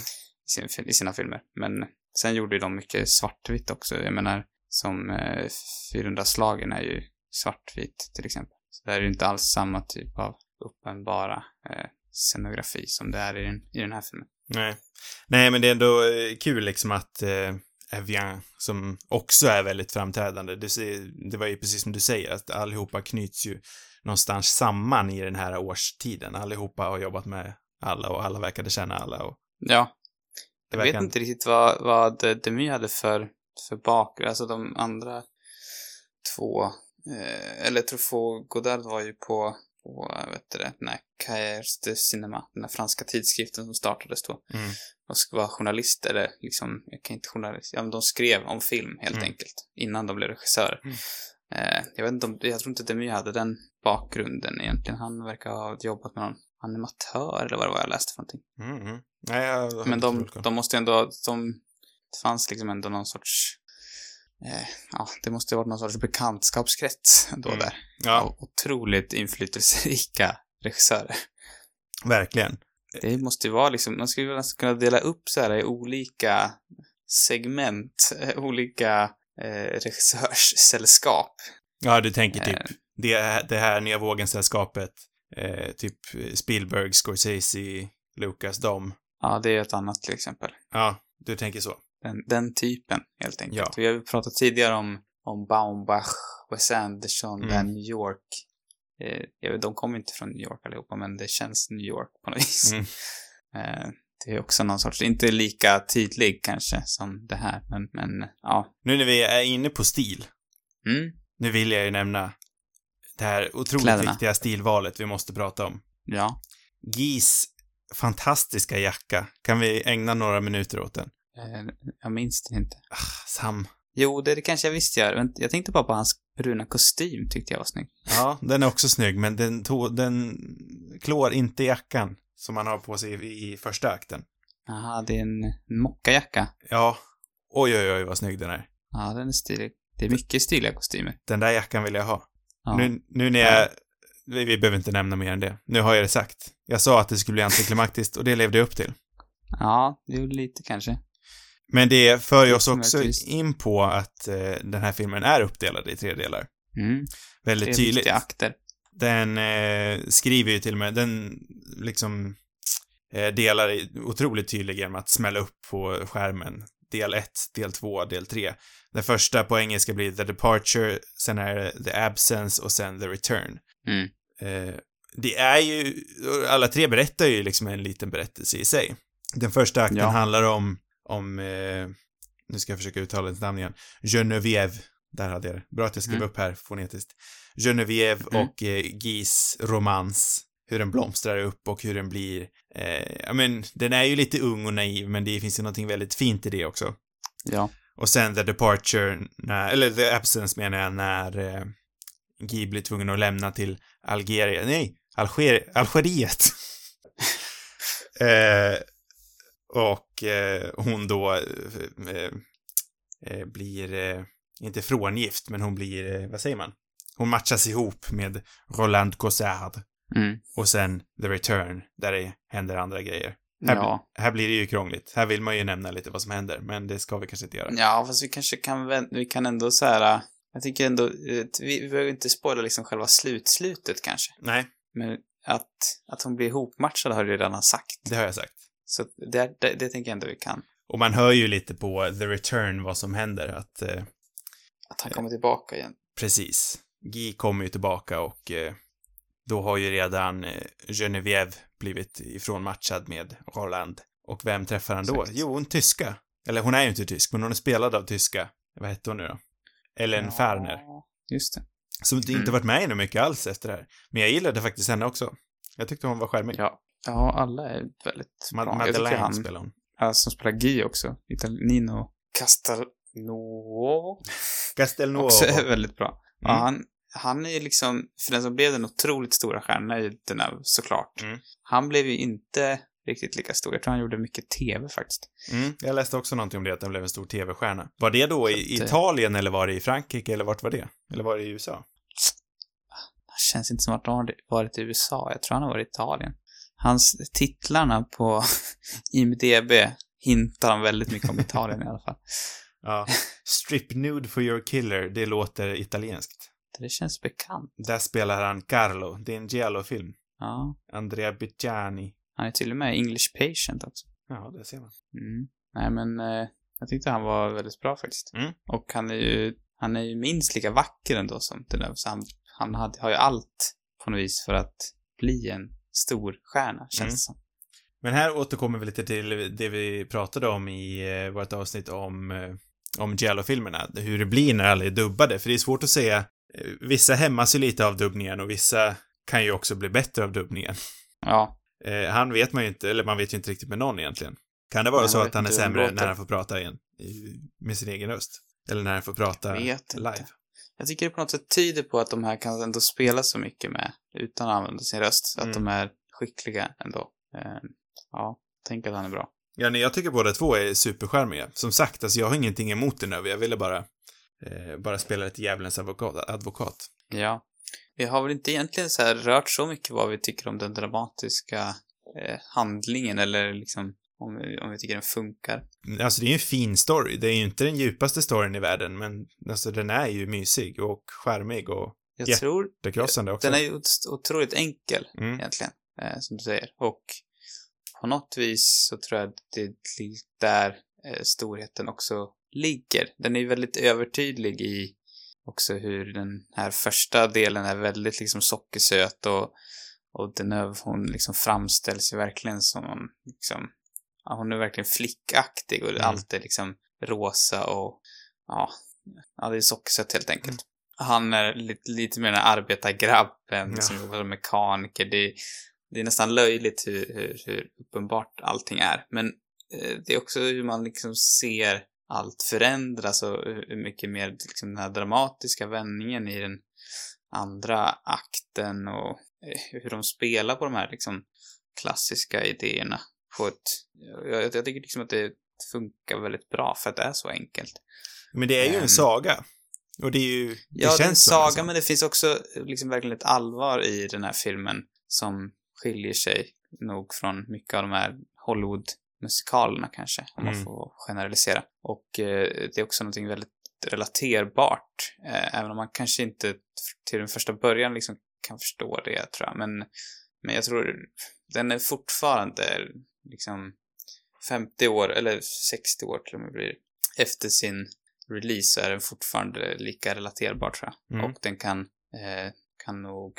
i sina filmer. Men sen gjorde ju de mycket svartvitt också. Jag menar, som 400 slagen är ju svartvit till exempel. Så det är ju inte alls samma typ av uppenbara scenografi som det är i den här filmen. Nej, men det är ändå kul liksom att Evian, som också är väldigt framträdande, det var ju precis som du säger, att allihopa knyts ju någonstans samman i den här årstiden. Allihopa har jobbat med alla och alla verkade känna alla. Och ja, jag vet inte riktigt vad Demy hade för bakgrund. Alltså de andra två, eller Truffaut, Godard var ju på den här Cahiers de Cinéma, den här franska tidskriften som startades då. Och skulle vara journalist, eller liksom, jag kan inte journalist, ja, men de skrev om film helt enkelt, innan de blev regissörer. Jag vet inte jag tror inte Demy hade den bakgrunden egentligen. Han verkar ha jobbat med någon animatör, eller vad det var jag läste för någonting. Nej, men de måste ändå, det fanns liksom ändå någon sorts det måste ha varit någon sorts bekantskapskrets då där. Ja. Otroligt inflytelserika regissörer. Verkligen. Det måste ju vara liksom, man skulle ju nästan kunna dela upp så här i olika segment, olika regissörssällskap. Ja, du tänker typ det här nya vågensällskapet, typ Spielberg, Scorsese, Lucas, de. Ja, det är ett annat till exempel. Ja, du tänker så. Den typen, helt enkelt. Ja. Vi har ju pratat tidigare om Baumbach, Wes Anderson, New York. De kommer inte från New York allihopa, men det känns New York på något vis. Det är också någon sorts, inte lika tydlig kanske som det här, men ja. Nu när vi är inne på stil, nu vill jag ju nämna det här otroligt viktiga stilvalet vi måste prata om. Ja. Guys fantastiska jacka. Kan vi ägna några minuter åt den? Jag minns det inte. Sam. Jo, det kanske jag visst gör. Men jag tänkte bara på hans bruna kostym, tyckte jag var snygg. Ja, den är också snygg, men den klår inte jackan som man har på sig i första akten. Aha, det är en mockajacka. Ja. Oj, vad snygg den är. Ja, den är stilig. Det är mycket stiliga kostymer. Den där jackan vill jag ha. Ja. Nu när jag... Vi behöver inte nämna mer än det. Nu har jag det sagt. Jag sa att det skulle bli antiklimaktiskt och det levde jag upp till. Ja, det gjorde lite kanske. Men det för oss också in på att den här filmen är uppdelad i 3 delar. Väldigt tydligt. Akter. Den skriver ju till och med, den liksom delar otroligt tydligt genom att smälla upp på skärmen. Del 1, del 2, del 3. Den första på engelska blir The Departure, sen är det The Absence och sen The Return. Det är ju, alla 3 berättar ju liksom en liten berättelse i sig. Den första akten handlar om nu ska jag försöka uttala ett namn igen. Geneviève, där hade jag det. Bra att jag skrev upp här fonetiskt. Geneviève och Guys romans. Hur den blomstrar upp och hur den blir den är ju lite ung och naiv, men det finns ju någonting väldigt fint i det också. Ja. Och sen The Departure, eller The Absence menar jag, när Guy blir tvungen att lämna till Algeriet. Och hon då blir inte frångift, men hon blir, vad säger man? Hon matchas ihop med Roland Gossard. Och sen The Return, där det händer andra grejer. Här blir det ju krångligt. Här vill man ju nämna lite vad som händer, men det ska vi kanske inte göra. Ja, fast vi kan ändå så här. Jag tycker ändå, vi behöver inte spoila liksom själva slutet kanske. Nej. Men att hon blir ihopmatchad har du redan sagt. Det har jag sagt. Så det tänker jag ändå vi kan. Och man hör ju lite på The Return vad som händer. Att han kommer tillbaka igen. Precis. Guy kommer ju tillbaka och då har ju redan Geneviève blivit ifrånmatchad med Roland. Och vem träffar han då? Jo, en tyska. Eller hon är ju inte tysk, men hon är spelad av tyska. Vad heter hon nu då? Ellen Ferner. Just det. Som inte varit med i mycket alls efter det här. Men jag gillade faktiskt henne också. Jag tyckte hon var charmig. Ja, alla är väldigt bra. Madeleine spelar hon. Ja, som spelar Guy också. Nino Castelnuovo. Också är väldigt bra. Ja, han är ju liksom, för den som blev den otroligt stora stjärnan är ju den här, såklart. Han blev ju inte riktigt lika stor. Jag tror han gjorde mycket tv faktiskt. Jag läste också någonting om det, att han blev en stor tv-stjärna. Var det då i Italien eller var det i Frankrike eller vart var det? Eller var det i USA? Det känns inte som att han har varit i USA. Jag tror han har varit i Italien. Hans titlarna på IMDb hintar han väldigt mycket om Italien i alla fall. Ja. Strip nude for your killer, det låter italienskt. Det känns bekant. Där spelar han Carlo. Det är en Giallo-film. Ja. Andrea Bicciani. Han är till och med English Patient också. Ja, det ser man. Nej, men jag tyckte han var väldigt bra faktiskt. Och han är ju minst lika vacker ändå som den där. Så han har ju allt på något vis för att bli en stor stjärna, känns det som. Men här återkommer vi lite till det vi pratade om i vårt avsnitt om Giallo-filmerna. Hur det blir när alla är dubbade. För det är svårt att säga. Vissa hämmas ju lite av dubbningen och vissa kan ju också bli bättre av dubbningen. Ja. Han vet man ju inte, eller man vet ju inte riktigt med någon egentligen. Kan det vara så att han är sämre när han får prata igen med sin egen röst? Eller när han får prata live? Jag tycker det på något sätt tyder på att de här kan ändå spela så mycket med utan att använda sin röst. Att de är skickliga ändå. Ja, tänk att han är bra. Ja, jag tycker båda två är superskärmiga. Som sagt, alltså jag har ingenting emot det nu. Jag ville bara spela lite djävulens advokat. Ja. Vi har väl inte egentligen så här rört så mycket vad vi tycker om den dramatiska handlingen eller liksom om vi tycker den funkar. Alltså det är ju en fin story. Det är ju inte den djupaste storyn i världen, men alltså den är ju mysig och charmig och jättekrossande också. Den är ju otroligt enkel egentligen, som du säger. Och på något vis så tror jag att det är där storheten också ligger. Den är ju väldigt övertydlig i också hur den här första delen är väldigt liksom sockersöt och hon liksom framställs ju verkligen som liksom, ja, hon är verkligen flickaktig och allt är liksom rosa och ja det är sockersött helt enkelt. Han är lite mer en arbetargrabben som jobbar som mekaniker. Det är nästan löjligt hur uppenbart allting är. Men det är också hur man liksom ser allt förändras och hur mycket mer liksom den här dramatiska vändningen i den andra akten och hur de spelar på de här liksom klassiska idéerna på jag tycker liksom att det funkar väldigt bra för att det är så enkelt. Men det är ju en saga. Och det är ju det är en saga, men det finns också liksom verkligen ett allvar i den här filmen som skiljer sig nog från mycket av de här Hollywood-musikalerna kanske, om man får generalisera. Och det är också någonting väldigt relaterbart, även om man kanske inte till den första början liksom kan förstå det, tror jag. Men jag tror den är fortfarande liksom 50 år, eller 60 år till och med blir efter sin release, så är den fortfarande lika relaterbar, tror jag. Och den kan nog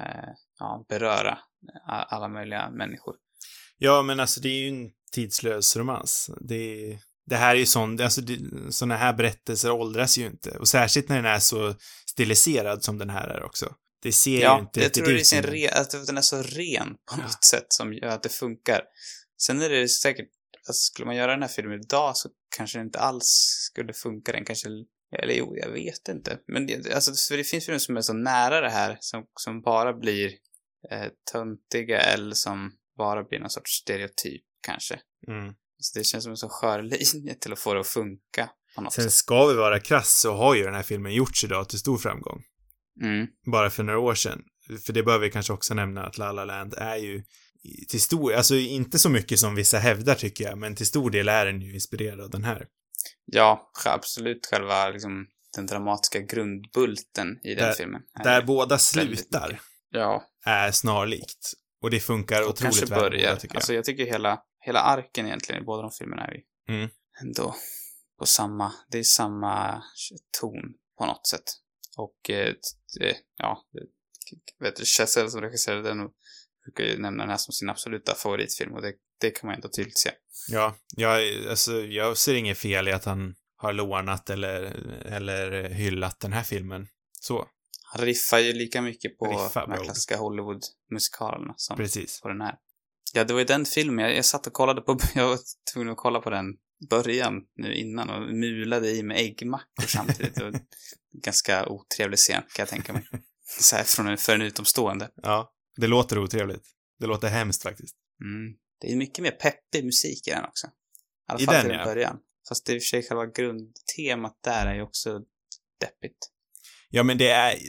beröra alla möjliga människor. Ja, men alltså det är ju en tidslös romans. Det här är ju såna här berättelser åldras ju inte. Och särskilt när den är så stiliserad som den här är också. Det ser ju inte jag tror det är att den är så ren på något sätt som gör att det funkar. Sen är det säkert att skulle man göra den här filmen idag så kanske det inte alls skulle funka. Den kanske, eller jo, jag vet inte. Men alltså, för det finns filmer som är så nära det här som bara blir töntiga eller som bara blir någon sorts stereotyp kanske. Så det känns som en så skör linje till att få det att funka på något sätt. Ska vi vara krass så har ju den här filmen gjorts idag till stor framgång. Bara för några år sedan. För det bör vi kanske också nämna att La La Land är ju till stor, alltså inte så mycket som vissa hävdar tycker jag, men till stor del är den ju inspirerad av den här. Ja, absolut själva liksom den dramatiska grundbulten i den filmen. Där båda slutar ja. är snarlikt. Och det funkar otroligt väl. Börjar. Tycker jag. Alltså jag tycker hela arken egentligen i båda de filmerna är ju ändå på det är samma ton på något sätt. Och vet du, Chazelle som regisserade den brukar ju nämna den här som sin absoluta favoritfilm och det kan man ändå tydligt se. Ja, jag ser inget fel i att han har lånat eller hyllat den här filmen. Så. Han riffar ju lika mycket på de här klassiska Hollywood-musikalerna som precis. På den här. Ja, det var ju den filmen. Jag satt och kollade på, jag var tvungen att kolla på den början nu innan och mulade i med äggmackor samtidigt. Det var en ganska otrevlig scen, kan jag tänka mig. Så här för en utomstående. Ja, det låter otrevligt. Det låter hemskt faktiskt. Det är mycket mer peppig musik i den också. I alla I fall den, till början. Fast det är i och för sig själva grundtemat där är ju också deppigt. Ja, men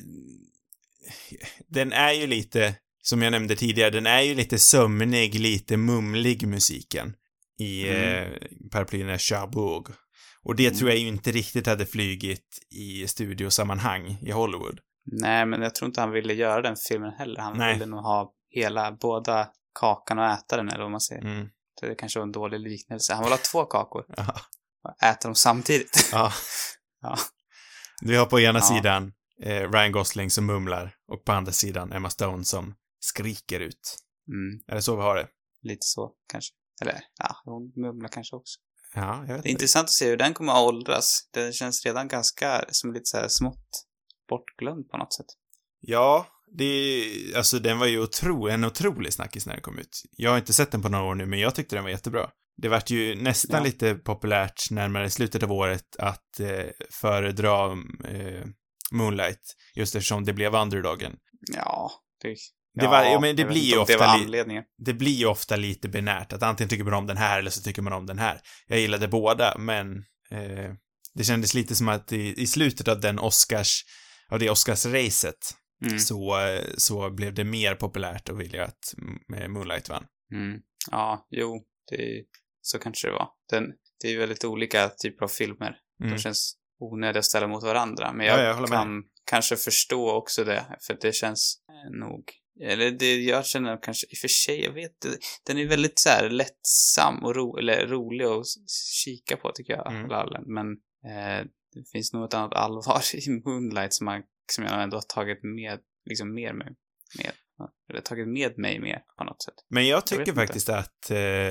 den är ju lite, som jag nämnde tidigare, den är ju lite sömnig, lite mumlig musiken i Paraplyerna Cherbourg. Och det tror jag ju inte riktigt hade flygit i studiosammanhang i Hollywood. Nej, men jag tror inte han ville göra den filmen heller. Han ville nog ha båda kakan och äta den, eller vad man säger. Så det kanske var en dålig liknelse. Han vill ha 2 kakor. Ja. Och äta dem samtidigt. Ja. Ja. Vi har på ena sidan Ryan Gosling som mumlar och på andra sidan Emma Stone som skriker ut. Är det så vi har det? Lite så, kanske. Eller, ja, hon mumlar kanske också. Ja, jag vet det är intressant att se hur den kommer att åldras. Den känns redan ganska som lite så här smått bortglömd på något sätt. Ja, alltså den var ju en otrolig snackis när den kom ut. Jag har inte sett den på några år nu, men jag tyckte den var jättebra. Det vart ju nästan lite populärt närmare slutet av året att föredra Moonlight, just eftersom det blev underdogen. Ja, det blir ju ofta lite binärt att antingen tycker man om den här eller så tycker man om den här. Jag gillade båda, men det kändes lite som att i slutet av det Oscars-racet så blev det mer populärt att vilja att Moonlight vann. Ja, jo, så kanske det var. Det är ju väldigt olika typer av filmer. De känns onödiga att ställa mot varandra. Men jag kan kanske förstå också det. För det känns nog... Eller jag känner kanske... I och för sig, jag vet det. Den är väldigt så här lättsam och rolig att kika på, tycker jag. Men det finns nog ett annat allvar i Moonlight som jag ändå har tagit med liksom mer med. Eller tagit med mig mer på något sätt. Men jag tycker faktiskt att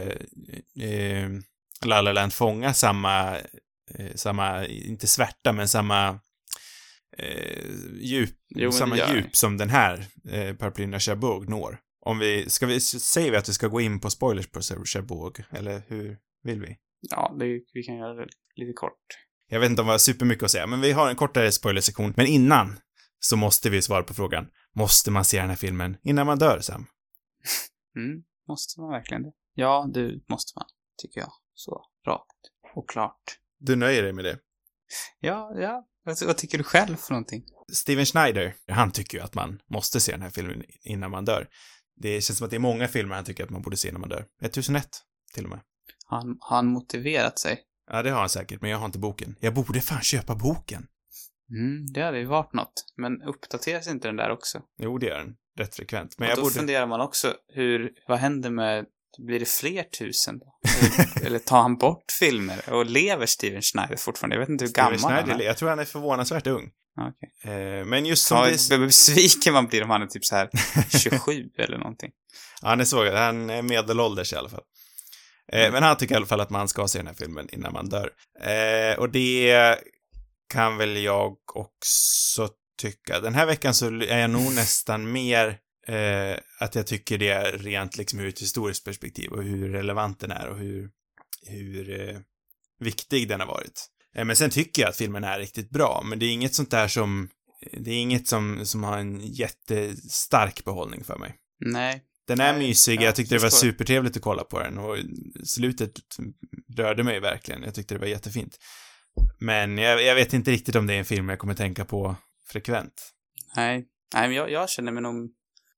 La La Land fångar samma inte svärta, men samma djup, djup som den här Paraplyerna Cherbourg når. Säger vi att vi ska gå in på spoilers på Cherbourg, eller hur vill vi? Ja, vi kan göra det lite kort. Jag vet inte om det var supermycket att säga, men vi har en kortare spoilersektion. Men innan så måste vi svara på frågan. Måste man se den här filmen innan man dör, Sam? Måste man verkligen det? Ja, det måste man, tycker jag. Så rakt och klart. Du nöjer dig med det? Ja. Vad tycker du själv för någonting? Steven Schneider, han tycker ju att man måste se den här filmen innan man dör. Det känns som att det är många filmer han tycker att man borde se när man dör. 1001, till och med. Har han motiverat sig? Ja, det har han säkert, men jag har inte boken. Jag borde fan köpa boken. Det hade ju varit något. Men uppdateras inte den där också? Jo, det gör den. Rätt frekvent. Men och då funderar man också, vad händer med... Blir det fler tusen då? Eller tar han bort filmer? Och lever Steven Schneider fortfarande? Jag vet inte hur gammal han är. Jag tror han är förvånansvärt ung. Okay. Men just som besviken man blir om han är typ så här 27 eller någonting. Ja, han är medelålders i alla fall. Men han tycker i alla fall att man ska se den här filmen innan man dör. Och det kan väl jag också tycka. Den här veckan så är jag nog nästan mer att jag tycker det är rent liksom ur ett historiskt perspektiv och hur relevant den är och hur viktig den har varit. Men sen tycker jag att filmen är riktigt bra, men det är inget sånt där som har en jättestark behållning för mig. Nej. Den är mysig, jag tyckte det var supertrevligt att kolla på den och slutet rörde mig verkligen. Jag tyckte det var jättefint. Men jag vet inte riktigt om det är en film jag kommer tänka på frekvent. Nej, men jag känner mig nog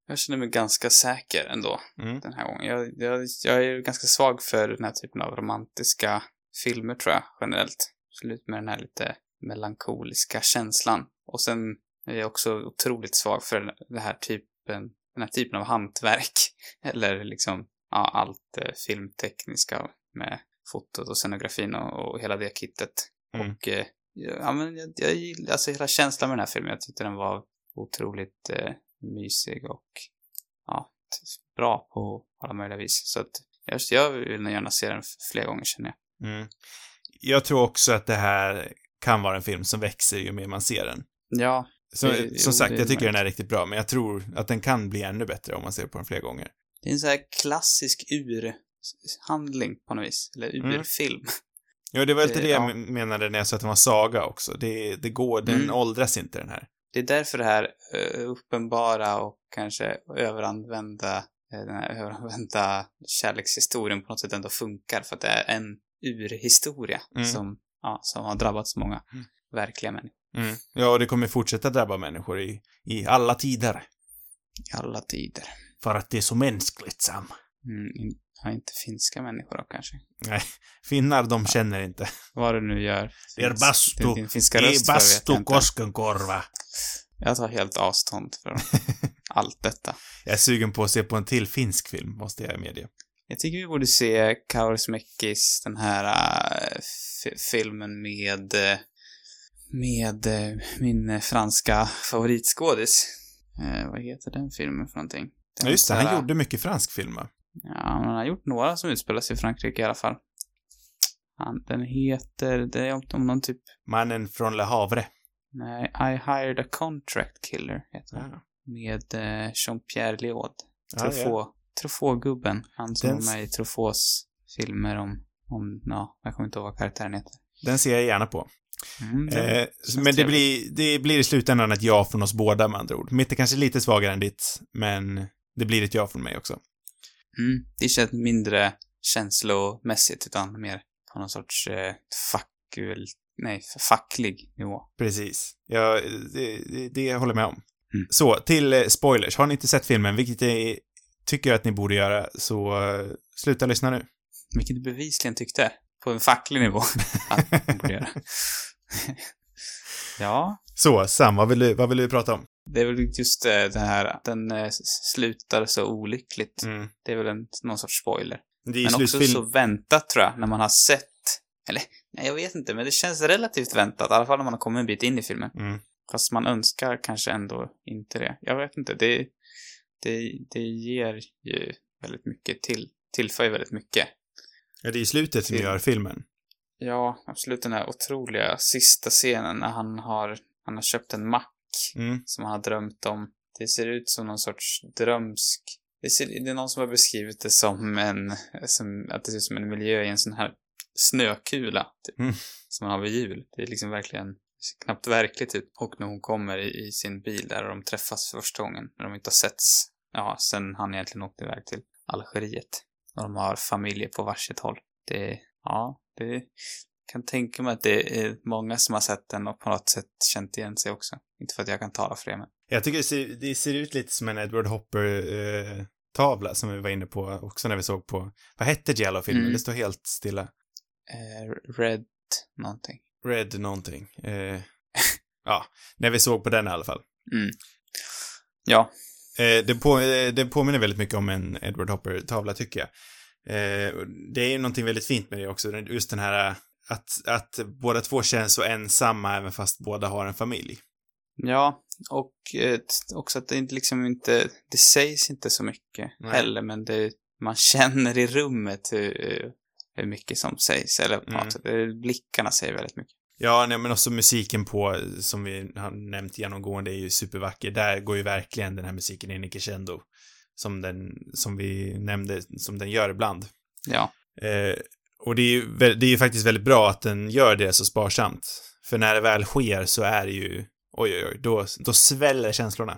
Jag känner mig ganska säker ändå den här gången. Jag är ganska svag för den här typen av romantiska filmer, tror jag, generellt. Slut med den här lite melankoliska känslan. Och sen är jag också otroligt svag för den här typen av hantverk. Eller liksom, ja, allt filmtekniska med fotot och scenografin och hela det kittet. Och ja, men jag gillar alltså hela känslan med den här filmen. Jag tyckte den var otroligt mysig och ja, bra på alla möjliga vis. Så att jag vill nog gärna se den fler gånger, känner jag. Jag tror också att det här kan vara en film som växer ju mer man ser den. Ja. Som sagt, jag tycker den är riktigt bra, men jag tror att den kan bli ännu bättre om man ser på den fler gånger. Det är en så här klassisk urhandling på något vis. Eller urfilm. Ja, det var lite det jag menade när jag sa att den var saga också. Det går, den åldras inte, den här. Det är därför det här uppenbara och kanske överanvända kärlekshistorien på något sätt ändå funkar. För att det är en urhistoria som har drabbat så många verkliga människor. Ja, och det kommer fortsätta drabba människor i alla tider. I alla tider. För att det är så mänskligt, Sam. Ja, inte finska människor då, kanske. Nej, finnar de känner inte. Vad du nu gör. Det är bastu Koskenkorva. Jag tar helt avstånd från allt detta. Jag är sugen på att se på en till finsk film, måste jag medge. Jag tycker vi borde se Kaurismäkis, den här filmen med min franska favoritskådis. Vad heter den filmen för någonting? Ja, just det, han gjorde mycket fransk film. Ja, han har gjort några som utspelar sig i Frankrike i alla fall. Den heter, det är om någon typ... Mannen från Le Havre. Nej, I Hired a Contract Killer heter den. Med Jean-Pierre Léaud. Truffaut-gubben. Han som var med i Truffauts filmer om jag kommer inte ihåg vad karaktären heter. Den ser jag gärna på. Men det blir i slutändan ett ja från oss båda, med andra ord. Mitt är kanske lite svagare än ditt, men det blir ett ja från mig också. Det känns mindre känslomässigt, utan mer på någon sorts facklig nivå. Precis. Ja, det håller jag med om. Så, till spoilers. Har ni inte sett filmen, vilket jag tycker att ni borde göra, så sluta lyssna nu. Vilket du bevisligen tyckte, på en facklig nivå, att ni borde göra. Ja. Så, Sam, vad vill du prata om? Det är väl just det här att den slutar så olyckligt. Det är väl någon sorts spoiler. Men också så väntat, tror jag, när man har sett. Eller, nej, jag vet inte, men det känns relativt väntat. I alla fall när man har kommit en bit in i filmen. Fast man önskar kanske ändå inte det. Jag vet inte, det ger ju väldigt mycket tillför väldigt mycket. Ja, det är i slutet som gör filmen. Ja, absolut, den här otroliga sista scenen när han har köpt en mack som han har drömt om. Det ser ut som någon sorts drömsk... Det är någon som har beskrivit det som att det ser ut som en miljö i en sån här snökula typ, som man har vid jul. Det är liksom verkligen knappt verkligt ut. Och när hon kommer i sin bil där och de träffas för första gången, när de inte har setts sen han egentligen åkte iväg till Algeriet. Och de har familjer på varsitt håll. Det kan tänka mig att det är många som har sett den och på något sätt känt igen sig också. Inte för att jag kan tala för det, men... Jag tycker det ser ut lite som en Edward Hopper-tavla som vi var inne på också när vi såg på... Vad hette Jello-filmen? Det står helt stilla. Red någonting. Red någonting. Ja, när vi såg på den i alla fall. Ja. Det påminner väldigt mycket om en Edward Hopper-tavla, tycker jag. Det är ju någonting väldigt fint med det också. Just den här att båda två känns så ensamma även fast båda har en familj. Ja, och också att det liksom inte... Det sägs inte så mycket heller, men man känner i rummet hur mycket som sägs. Eller på något sätt. Blickarna säger väldigt mycket. Ja, men också musiken på, som vi har nämnt genomgående, är ju supervacker. Där går ju verkligen den här musiken in i crescendo. Som vi nämnde, som den gör ibland. Ja. Och det är ju faktiskt väldigt bra att den gör det så sparsamt. För när det väl sker så är det ju, då sväller känslorna.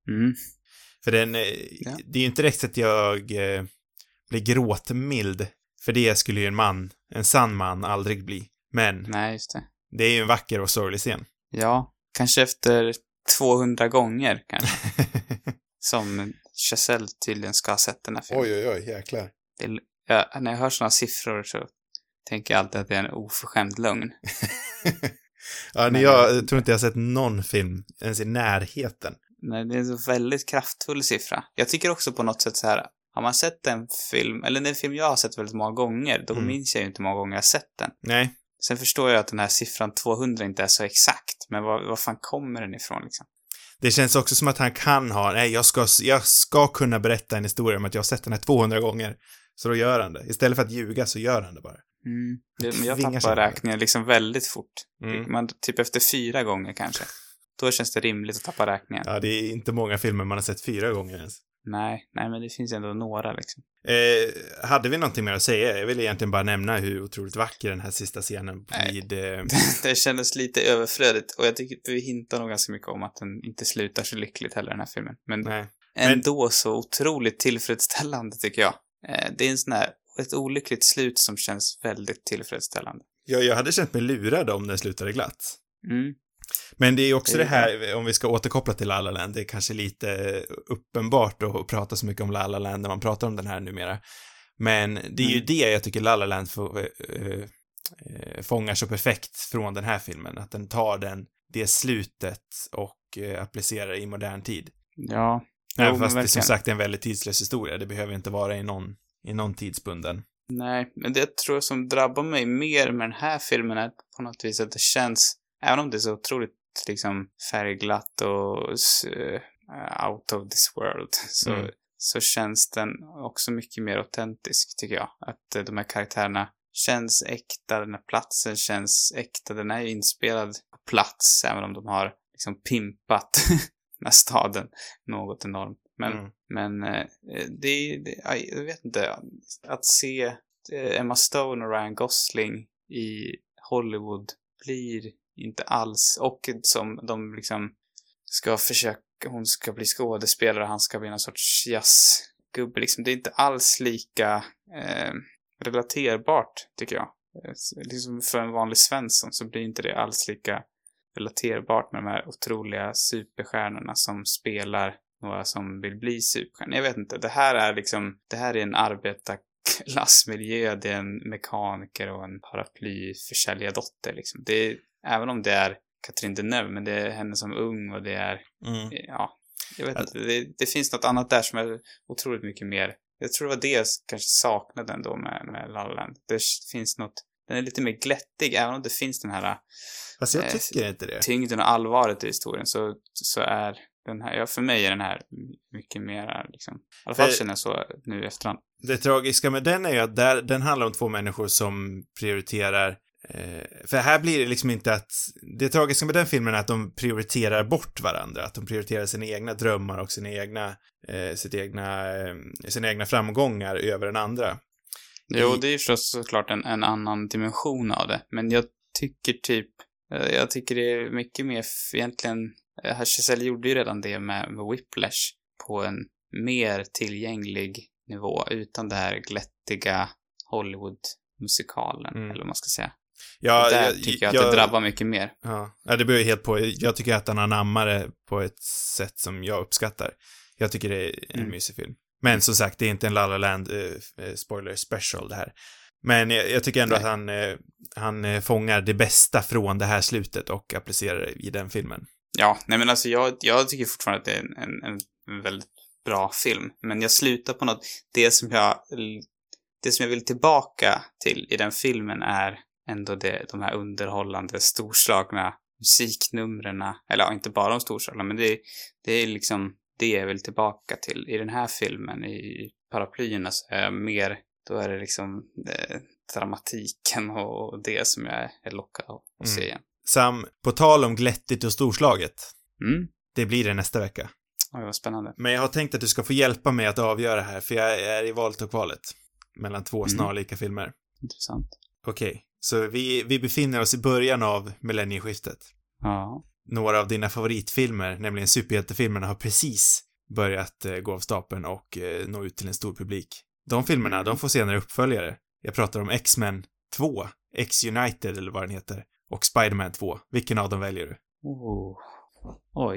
För det är ju inte direkt att jag blir gråtmild. För det skulle ju en sann man aldrig bli. Men nej, just det. Det är ju en vacker och sorglig scen. Ja, kanske efter 200 gånger kanske. Som Chazelle tydligen ska ha sett den här filmen. Oj, jäklar. När jag hör såna siffror så tänker jag alltid att det är en oförskämd lögn. Jag tror inte jag har sett någon film ens i närheten. Nej, det är en så väldigt kraftfull siffra. Jag tycker också på något sätt så här, har man sett en film, eller en film jag har sett väldigt många gånger, då minns jag ju inte många gånger jag har sett den. Nej. Sen förstår jag att den här siffran 200 inte är så exakt, men vad fan kommer den ifrån liksom? Det känns också som att han kan ha, jag ska kunna berätta en historia om att jag har sett den här 200 gånger. Så då gör han det. Istället för att ljuga så gör han det bara. Men jag tappar räkningen liksom väldigt fort. Man, typ efter 4 gånger kanske. Då känns det rimligt att tappa räkningen. Ja, det är inte många filmer man har sett 4 gånger ens. Nej, men det finns ändå några liksom. Hade vi någonting mer att säga? Jag ville egentligen bara nämna hur otroligt vacker den här sista scenen vid... Det kändes lite överflödigt och jag tycker vi hintar nog ganska mycket om att den inte slutar så lyckligt heller, den här filmen. Men ändå så otroligt tillfredsställande tycker jag. Det är en sån här, ett olyckligt slut som känns väldigt tillfredsställande. Jag hade känt mig lurad om den slutade glatt. Men det är också det här, om vi ska återkoppla till La La Land, det är kanske lite uppenbart att prata så mycket om La La Land när man pratar om den här numera. Men det är ju det jag tycker La La Land fångar så perfekt från den här filmen. Att den tar det slutet och applicerar i modern tid. Ja. Även fast det som sagt är en väldigt tidslös historia. Det behöver inte vara i någon tidsbunden. Nej, men det tror jag som drabbar mig mer med den här filmen är på något vis att det känns, även om det är så otroligt liksom färgglatt och out of this world, så känns den också mycket mer autentisk tycker jag. Att de här karaktärerna känns äkta, den här platsen känns äkta, den är ju inspelad på plats, även om de har liksom pimpat den här staden något enormt. Men jag vet inte, att se Emma Stone och Ryan Gosling i Hollywood blir inte alls, och som de liksom ska försöka, hon ska bli skådespelare, han ska bli någon sorts jazzgubbe liksom, det är inte alls lika relaterbart tycker jag. Liksom för en vanlig Svensson så blir inte det alls lika relaterbart med de här otroliga superstjärnorna som spelar några som vill bli superstjärnor. Jag vet inte, det här är en arbetarklassmiljö, det är en mekaniker och en paraplyförsäljardotter liksom. Det är, även om det är Catherine Deneuve, men det är henne som ung och det är jag vet inte, det finns något annat där som är otroligt mycket mer. Jag tror det var det jag kanske saknade ändå med La La Land. Det finns något, den är lite mer glättig, även om det finns den här fast jag tycker inte det. Tyngden och allvaret i historien, så är den här, för mig är den här mycket mer liksom, i alla fall känner jag så nu efterhand. Det tragiska med den är ju att den handlar om 2 människor som prioriterar, för här blir det liksom inte att, det tragiska med den filmen är att de prioriterar bort varandra, att de prioriterar sina egna drömmar och sina egna framgångar över den andra. Jo, det är ju förstås såklart en annan dimension av det, men jag tycker det är mycket mer egentligen, Chazelle gjorde ju redan det med Whiplash på en mer tillgänglig nivå, utan det här glättiga Hollywood-musikalen, eller vad man ska säga. Ja, där tycker jag att det drabbar mycket mer. Ja, det beror ju helt på. Jag tycker att han anammar det på ett sätt som jag uppskattar. Jag tycker det är en mysig film. Men som sagt, det är inte en La La Land spoiler special det här. Men jag tycker ändå att han fångar det bästa från det här slutet och applicerar det i den filmen. Ja, nej men alltså jag tycker fortfarande att det är en väldigt bra film. Men jag slutar på något, det som jag vill tillbaka till i den filmen är ändå de här underhållande, storslagna musiknumren. Eller inte bara de storslagna, men det är liksom det jag vill tillbaka till. I den här filmen, i paraplyerna, så är jag mer, då är det liksom dramatiken och det som jag är lockad av att se igen. Sam, på tal om glättigt och storslaget. Det blir det nästa vecka. Oj, vad spännande. Men jag har tänkt att du ska få hjälpa mig att avgöra här, för jag är i valet och kvalet mellan 2 snarlika filmer. Intressant. Okej, så vi befinner oss i början av millennieskiftet. Ja. Några av dina favoritfilmer, nämligen superhjältefilmerna, har precis börjat gå av stapeln och nå ut till en stor publik. De filmerna, de får senare uppföljare. Jag pratar om X-Men 2, X-United eller vad den heter, och Spider-Man 2. Vilken av dem väljer du? Oj.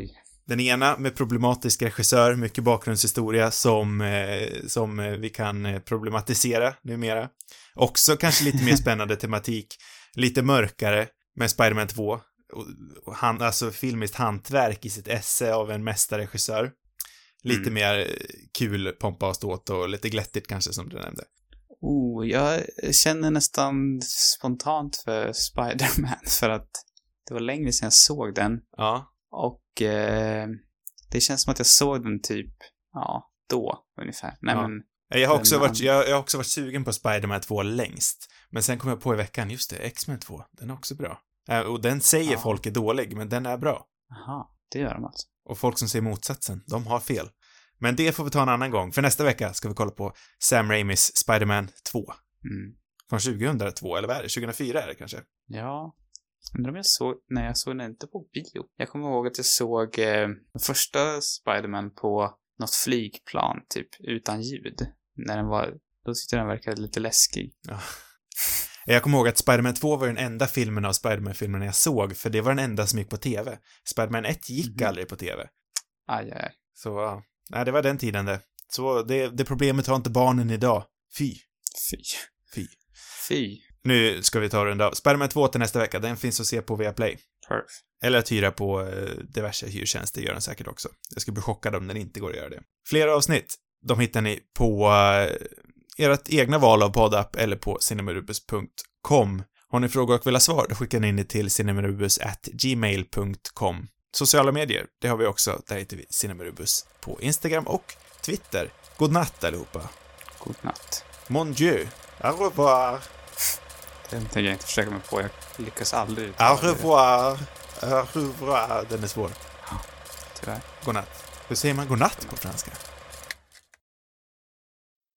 Den ena med problematisk regissör, mycket bakgrundshistoria som vi kan problematisera numera. Också kanske lite mer spännande tematik, lite mörkare med Spider-Man 2. Alltså filmiskt hantverk i sitt esse av en mästerregissör. Lite mer kul, pompa och ståt och lite glättigt kanske som du nämnde. Jag känner nästan spontant för Spider-Man för att det var länge sedan jag såg den. Ja. Och det känns som att jag såg den typ, då ungefär. Nej, men jag har också varit sugen på Spider-Man 2 längst. Men sen kom jag på i veckan, just det, X-Men 2, den är också bra. Och den säger folk är dålig, men den är bra. Aha, det gör de alltså. Och folk som säger motsatsen, de har fel. Men det får vi ta en annan gång. För nästa vecka ska vi kolla på Sam Raimis Spider-Man 2. Från 2002, eller vad är det? 2004 är det kanske? Ja. Undrar om jag såg den inte på bio. Jag kommer ihåg att jag såg den första Spider-Man på något flygplan, typ, utan ljud. Då tyckte den verkade lite läskig. Ja. Jag kommer ihåg att Spider-Man 2 var den enda filmen av Spider-Man-filmerna jag såg, för det var den enda som gick på tv. Spider-Man 1 gick aldrig på tv. Aj. Så, nej, det var den tiden det. Så det problemet har inte barnen idag. Fy. Nu ska vi ta runda av. Spider-Man 2 till nästa vecka. Den finns att se på Viaplay. Perfect. Eller att hyra på diverse hyrtjänster gör den säkert också. Jag skulle bli chockad om den inte går att göra det. Flera avsnitt, de hittar ni på ert egna val av poddapp eller på cinemarubus.com. Har ni frågor och vill ha svar, då skickar ni in det till cinemarubus@gmail.com. Sociala medier, det har vi också. Där heter vi Cinemarubus på Instagram och Twitter. God natt allihopa. God natt. Mon Dieu. Au revoir. Den tänker jag inte försöka mig på. Jag lyckas aldrig. Au revoir. Au revoir. Den är svår. Ja, tyvärr. God natt. Hur säger man god natt på franska?